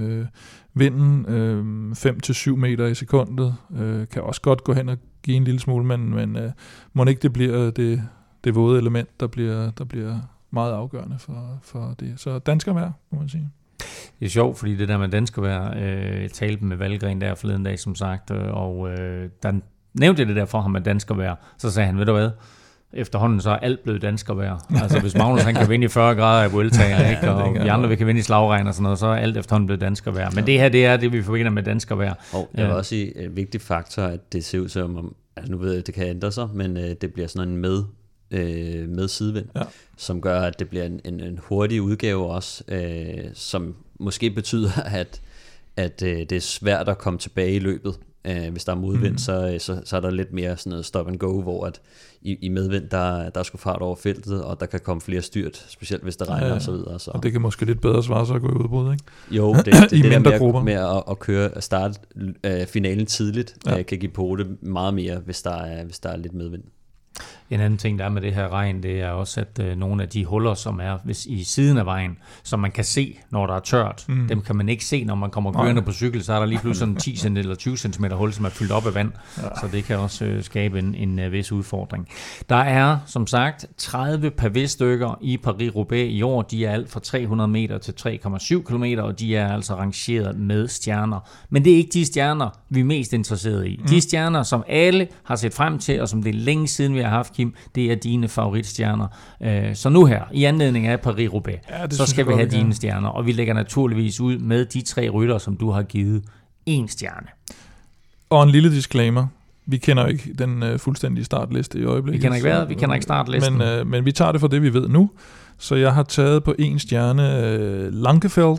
Vinden 5-7 meter i sekundet, kan også godt gå hen og give en lille smule, men må ikke det bliver det våde element, der bliver meget afgørende for det. Så danskervejr, må man sige. Det er sjovt, fordi det der med danskervejr, jeg talte med Valgren der forleden dag, som sagt, og der nævnte jeg det der for ham med danskervejr. Så sagde han, ved du hvad, efterhånden så er alt blevet danskervejr. Altså hvis Magnus han kan vinde i 40 grader i Vuelta, ikke, og vi andre vi kan vinde i slagregn og sådan noget, så er alt efterhånden blevet danskervejr. Men det her, det er det, vi forbinder med danskervejr. Og jeg vil også sige, en vigtig faktor, at det ser ud som, altså nu ved jeg, det kan ændre sig, men det bliver sådan en med sidevind, som gør, at det bliver en hurtig udgave også, som måske betyder, at det er svært at komme tilbage i løbet. Hvis der er modvind, så er der lidt mere sådan noget stop and go, hvor at i medvind, der er sgu fart over feltet, og der kan komme flere styrt, specielt hvis det regner og så videre. Så. Og det kan måske lidt bedre svare sig at gå i udbrud, ikke? Jo, det der med at køre og starte finalen tidligt, kan give på det meget mere, hvis der er lidt medvind. En anden ting, der er med det her regn, det er også, at nogle af de huller, som er i siden af vejen, som man kan se, når der er tørt, dem kan man ikke se, når man kommer kørende på cykel, så er der lige pludselig sådan 10 cm eller 20 cm hul, som er fyldt op af vand, så det kan også skabe en vis udfordring. Der er, som sagt, 30 pavé-stykker i Paris-Roubaix i år. De er alt fra 300 meter til 3,7 km, og de er altså rangeret med stjerner. Men det er ikke de stjerner, vi er mest interesseret i. De stjerner, som alle har set frem til, og som det er længe siden, vi har haft, Kim, det er dine favoritstjerner. Så nu her, i anledning af Paris-Roubaix, så skal vi have dine stjerner, og vi lægger naturligvis ud med de 3 rytter, som du har givet 1 stjerne. Og en lille disclaimer. Vi kender ikke den fuldstændige startliste i øjeblikket. Vi kender ikke vejret, vi kender ikke startlisten. Men vi tager det for det, vi ved nu. Så jeg har taget på 1 stjerne Langefeldt,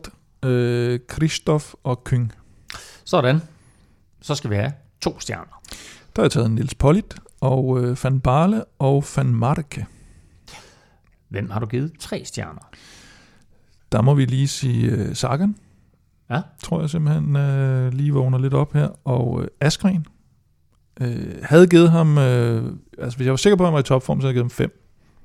Christoph og Kyng. Sådan. Så skal vi have 2 stjerner. Der har jeg taget Niels Pollitt og Van Baarle og Van Marke. Hvem har du givet 3 stjerner? Der må vi lige sige Sagan. Ja. Tror jeg simpelthen lige vågner lidt op her. Og Askren. Havde givet ham... hvis jeg var sikker på, at han var i topform, så havde jeg givet ham 5.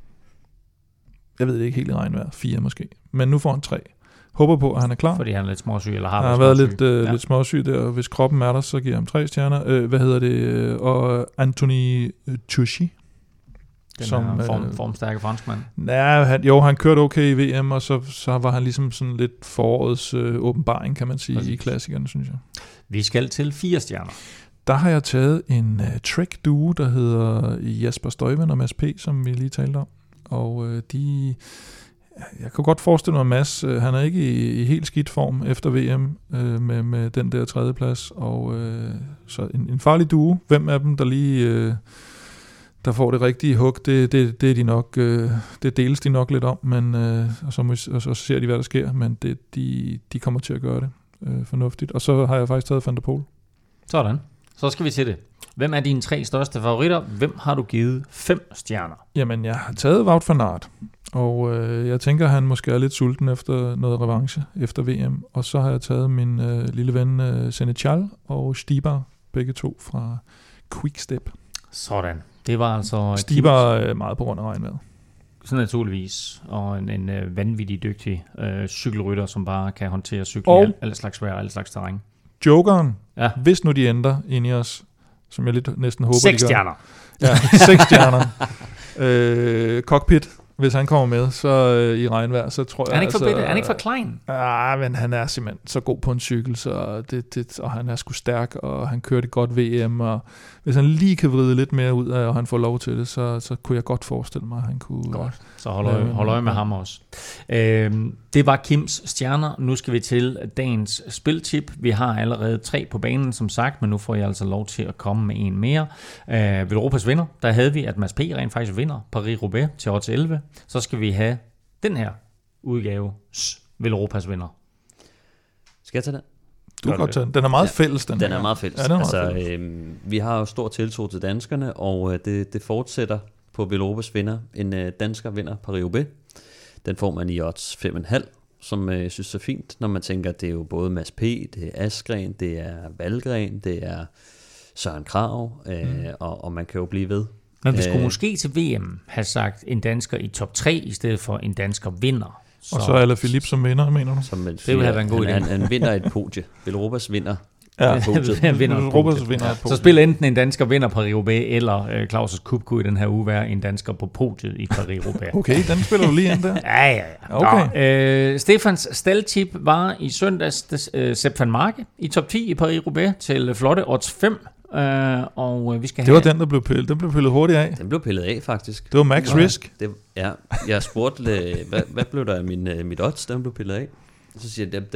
Jeg ved det ikke helt i regnvejr. 4 måske. Men nu får han 3. Håber på, at han er klar. Fordi han er lidt småsyg, eller har han har været lidt småsyg der, og hvis kroppen er der, så giver jeg ham 3 stjerner. Og Anthony Tucci. Den formstærke franskmand. Ja, han kørte okay i VM, og så var han ligesom sådan lidt forårets åbenbaring, kan man sige, i klassikerne, synes jeg. Vi skal til 4 stjerner. Der har jeg taget en Trek-duo, der hedder Jasper Stuyven og Mads P., som vi lige talte om. Og jeg kan godt forestille mig, at Mads, han er ikke i helt skidt form efter VM med den der 3. plads. Og så en farlig duo. Hvem af dem, der lige... der får det rigtige hug, det er de nok, det deles de nok lidt om, men og så ser de, hvad der sker, men de kommer til at gøre det fornuftigt. Og så har jeg faktisk taget Van der Poel. Sådan. Så skal vi til det. Hvem er dine 3 største favoritter? Hvem har du givet 5 stjerner? Jamen, jeg har taget Wout van Aert, og jeg tænker, han måske er lidt sulten efter noget revanche efter VM. Og så har jeg taget min lille ven Senechal og Stibar, begge 2 fra Quickstep. Sådan. Det var altså... Stibar meget på grund af regnvejret. Så naturligvis. Og en vanvittig dygtig cykelrytter, som bare kan håndtere cykling i alle slags vejr og alle slags terræn. Jokeren, hvis nu de ændrer ind i os, som jeg lidt næsten håber, 6 stjerner. Ja, 6 stjerner. Cockpit, hvis han kommer med, så i regnvejr, så tror jeg... Er han ikke for klein? Men han er simpelthen så god på en cykel, så og han er sgu stærk, og han kørte godt VM, og hvis han lige kan vride lidt mere ud af, og han får lov til det, så kunne jeg godt forestille mig, at han kunne... Godt, så hold øje med ham også. Det var Kims stjerner. Nu skal vi til dagens spiltip. Vi har allerede 3 på banen, som sagt, men nu får jeg altså lov til at komme med en mere. Ved Europas vinder, der havde vi, at Mads P. rent faktisk vinder Paris-Roubaix til odds 11. Så skal vi have den her udgave ved Europas vinder. Skal jeg tage den? Du kan godt tage den. Den er meget fælles. Den er meget fælles. Vi har jo stor tiltro til danskerne, og det fortsætter på Velropas vinder. En dansker vinder Paris-Roubaix. Den får man i odds 5,5, som jeg synes er fint, når man tænker, at det er jo både Mads P., det er Askren, det er Valgren, det er Søren Kragh, og man kan jo blive ved. Men vi skulle måske til VM have sagt en dansker i top 3, i stedet for en dansker vinder. Og så Alaphilippe som vinder, mener du? Det vil have været en god idé. Han vinder et podie. Velropas vinder. Så spiller enten en dansker vinder Paris-Roubaix, eller Claus' Cup kunne i den her uge være en dansker på podiet i Paris-Roubaix. Okay, den spiller du lige ind der. Ja. Okay. Stefans staldtip var i søndags Sepp van Marke i top 10 i Paris-Roubaix til flotte odds 5. Og vi skal det var den, der blev pillet. Den blev pillet hurtigt af. Den blev pillet af, faktisk. Det var max risk. Jeg spurgte, hvad blev der af mit odds, den blev pillet af? Så siger jeg,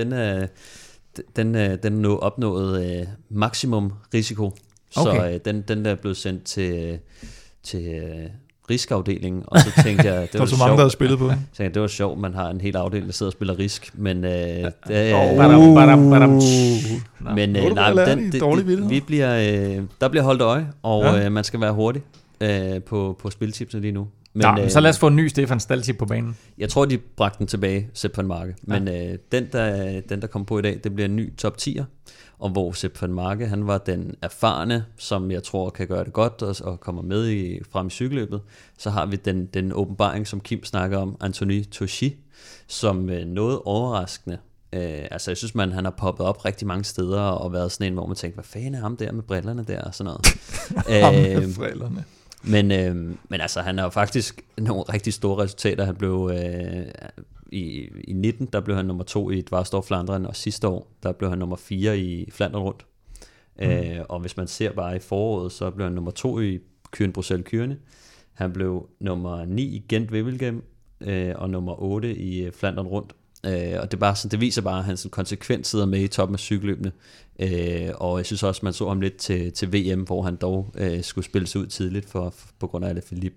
den opnået maksimum risiko. Okay. Så den der blev sendt til riskafdelingen, og så tænkte jeg, det var så mange, der havde spillet på det var sjovt, man har en hel afdeling, der sidder og spiller risk, men der bliver holdt øje, og man skal være hurtig på spiltipsene lige nu. Men, så lad os få en ny Stefan Staldtip på banen. Jeg tror, de bragte den tilbage, Sepp van Marke. Men den, der kom på i dag, det bliver en ny top 10'er. Og hvor Sepp van Marke, han var den erfarne, som jeg tror kan gøre det godt og kommer med frem i cykelløbet. Så har vi den åbenbaring, som Kim snakker om, Anthony Tucci, som noget overraskende. Altså jeg synes, han har poppet op rigtig mange steder og været sådan en, hvor man tænker, hvad fanden er ham der med brillerne der og sådan noget. Ham med brillerne. Men altså, han har jo faktisk nogle rigtig store resultater. Han blev i 19, der blev han nummer 2 i Dvarsdorf Flandern, og sidste år, der blev han nummer 4 i Flandern rundt. Og hvis man ser bare i foråret, så blev han nummer 2 i Kuren Bruxelles Kyrne. Han blev nummer 9 i Gent Wevelgem, og nummer 8 i Flandern rundt. Og det er bare sådan, det viser bare, at han sådan konsekvent sidder med i toppen af cykelløbene. Og jeg synes også, man så ham lidt til VM, hvor han dog skulle spilles ud tidligt på grund af Alaphilippe.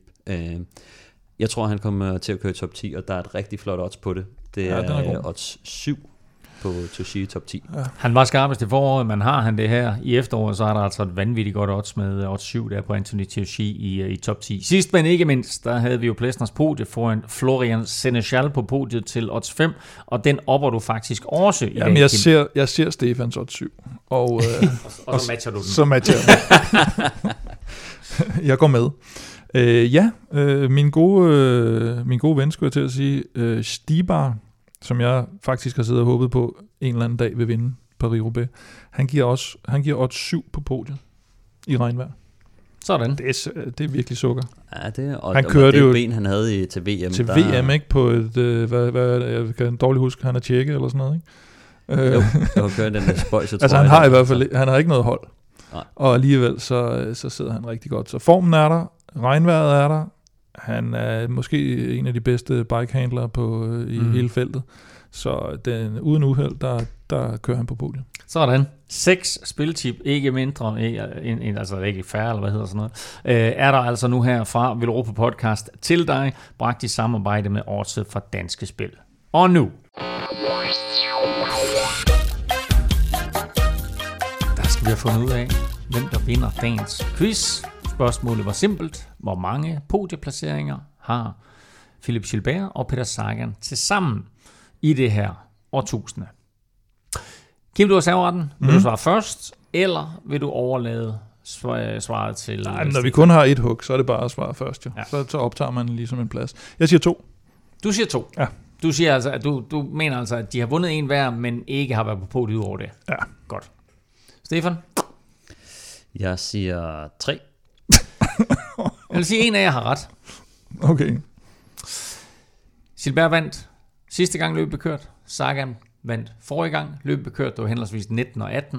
Jeg tror, han kommer til at køre i top 10, og der er et rigtig flot odds på det. Det er odds 7 på Touchy i top 10. Ja. Han var skarpest i foråret, men har han det her i efteråret, så er der altså et vanvittigt godt odds med odds 7 der på Anthony Touchy i top 10. Sidst, men ikke mindst, der havde vi jo Plesners podie foran Florian Seneschal på podiet til odds 5, og den opper du faktisk også i dag. Jamen, jeg ser Stefans odds 7, og så matcher du den. Så matcher jeg går med. Min gode ven, skulle jeg til at sige, Stibar, som jeg faktisk har siddet og håbet på en eller anden dag vil vinde Paris-Roubaix, han giver odds 7 på podiet i regnvejr. Sådan. Det er virkelig sukker. Ja, det er, han kørte jo ben, han havde til VM. Til VM, ikke? På et, jeg kan dårligt huske, han er tjekke eller sådan noget, ikke? Jo, jeg kører den der spøjs. Altså han har i hvert fald, han har ikke noget hold. Nej. Og alligevel så sidder han rigtig godt. Så formen er der, regnvejret er der, han er måske en af de bedste bikehandlere i hele feltet. Så uden uheld, der kører han på podiet. Sådan. 6 spiltip, ikke mindre, altså ikke færre, eller hvad hedder sådan noget, er der altså nu her fra Villeuropa Podcast til dig, bragt i samarbejde med Odset fra Danske Spil. Og nu. Der skal vi have fundet ud af, hvem der vinder dagens quiz. Spørgsmålet var simpelt. Hvor mange podieplaceringer har Philip Gilbert og Peter Sagan til sammen i det her årtusinde? Kim, du har serveretten. Vil du svare først, eller vil du overlade svaret til... Nej, når vi kun har et hug, så er det bare at svare først. Jo. Ja. Så optager man ligesom en plads. Jeg siger 2. Du siger 2? Ja. Du siger altså, at du mener altså, at de har vundet en hver, men ikke har været på podiet over det? Ja. Godt. Stefan? Jeg siger 3. Jeg vil sige, en af jer har ret. Okay. Gilbert vandt sidste gang løbet bekørt. Sagan vandt forrige gang løbet bekørt. Det var henholdsvis 19 og 18.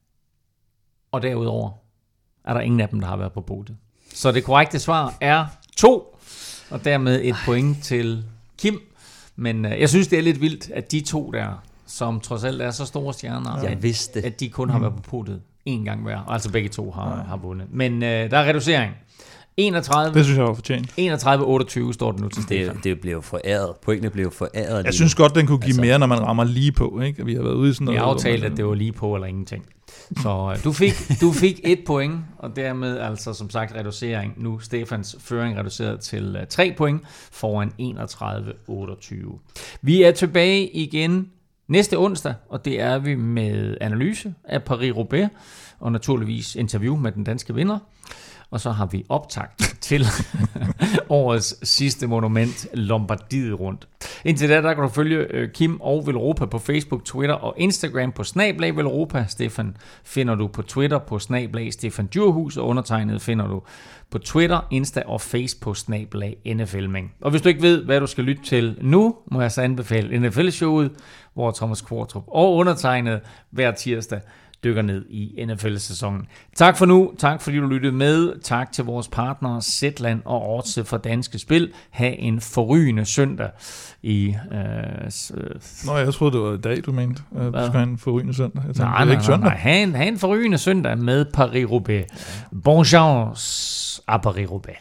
Og derudover er der ingen af dem, der har været på podiet. Så det korrekte svar er 2. Og dermed et point til Kim. Men jeg synes, det er lidt vildt, at de to der, som trods alt er så store stjerner, jeg vidste, at de kun har været på podiet en gang hver. Altså begge to har vundet. Men der er reducering. 31. Det synes jeg var fortjent. 31-28 står det nu til Stefan. Det blev foræret. Pointene blev foræret. Jeg synes godt, den kunne give mere, når man rammer lige på. Ikke? Vi har været ude i sådan noget. Vi aftalte, at det var lige på eller ingenting. Så du fik 1 point, og dermed altså som sagt reducering. Nu Stefans føring reduceret til 3 point foran 31-28. Vi er tilbage igen næste onsdag, og det er vi med analyse af Paris-Roubaix, og naturligvis interview med den danske vinder. Og så har vi optakt til årets sidste monument, Lombardiet rundt. Indtil da, der kan du følge Kim og Villeuropa på Facebook, Twitter og Instagram på @Villeuropa. Stefan finder du på Twitter på @Stefan Djurhus, og undertegnet finder du på Twitter, Insta og Face på @NFLming. Og hvis du ikke ved, hvad du skal lytte til nu, må jeg så anbefale NFL-showet, hvor Thomas Kvartrup og undertegnet hver tirsdag dykker ned i NFL-sæsonen. Tak for nu. Tak fordi du lyttede med. Tak til vores partnere Zetland og Odset fra Danske Spil. Ha' en forrygende søndag i... jeg troede, det var i dag, du mente. Du skal have en forrygende søndag. Jeg tænkte, nej. Ha' en forrygende søndag med Paris-Roubaix. Bon chance à Paris-Roubaix.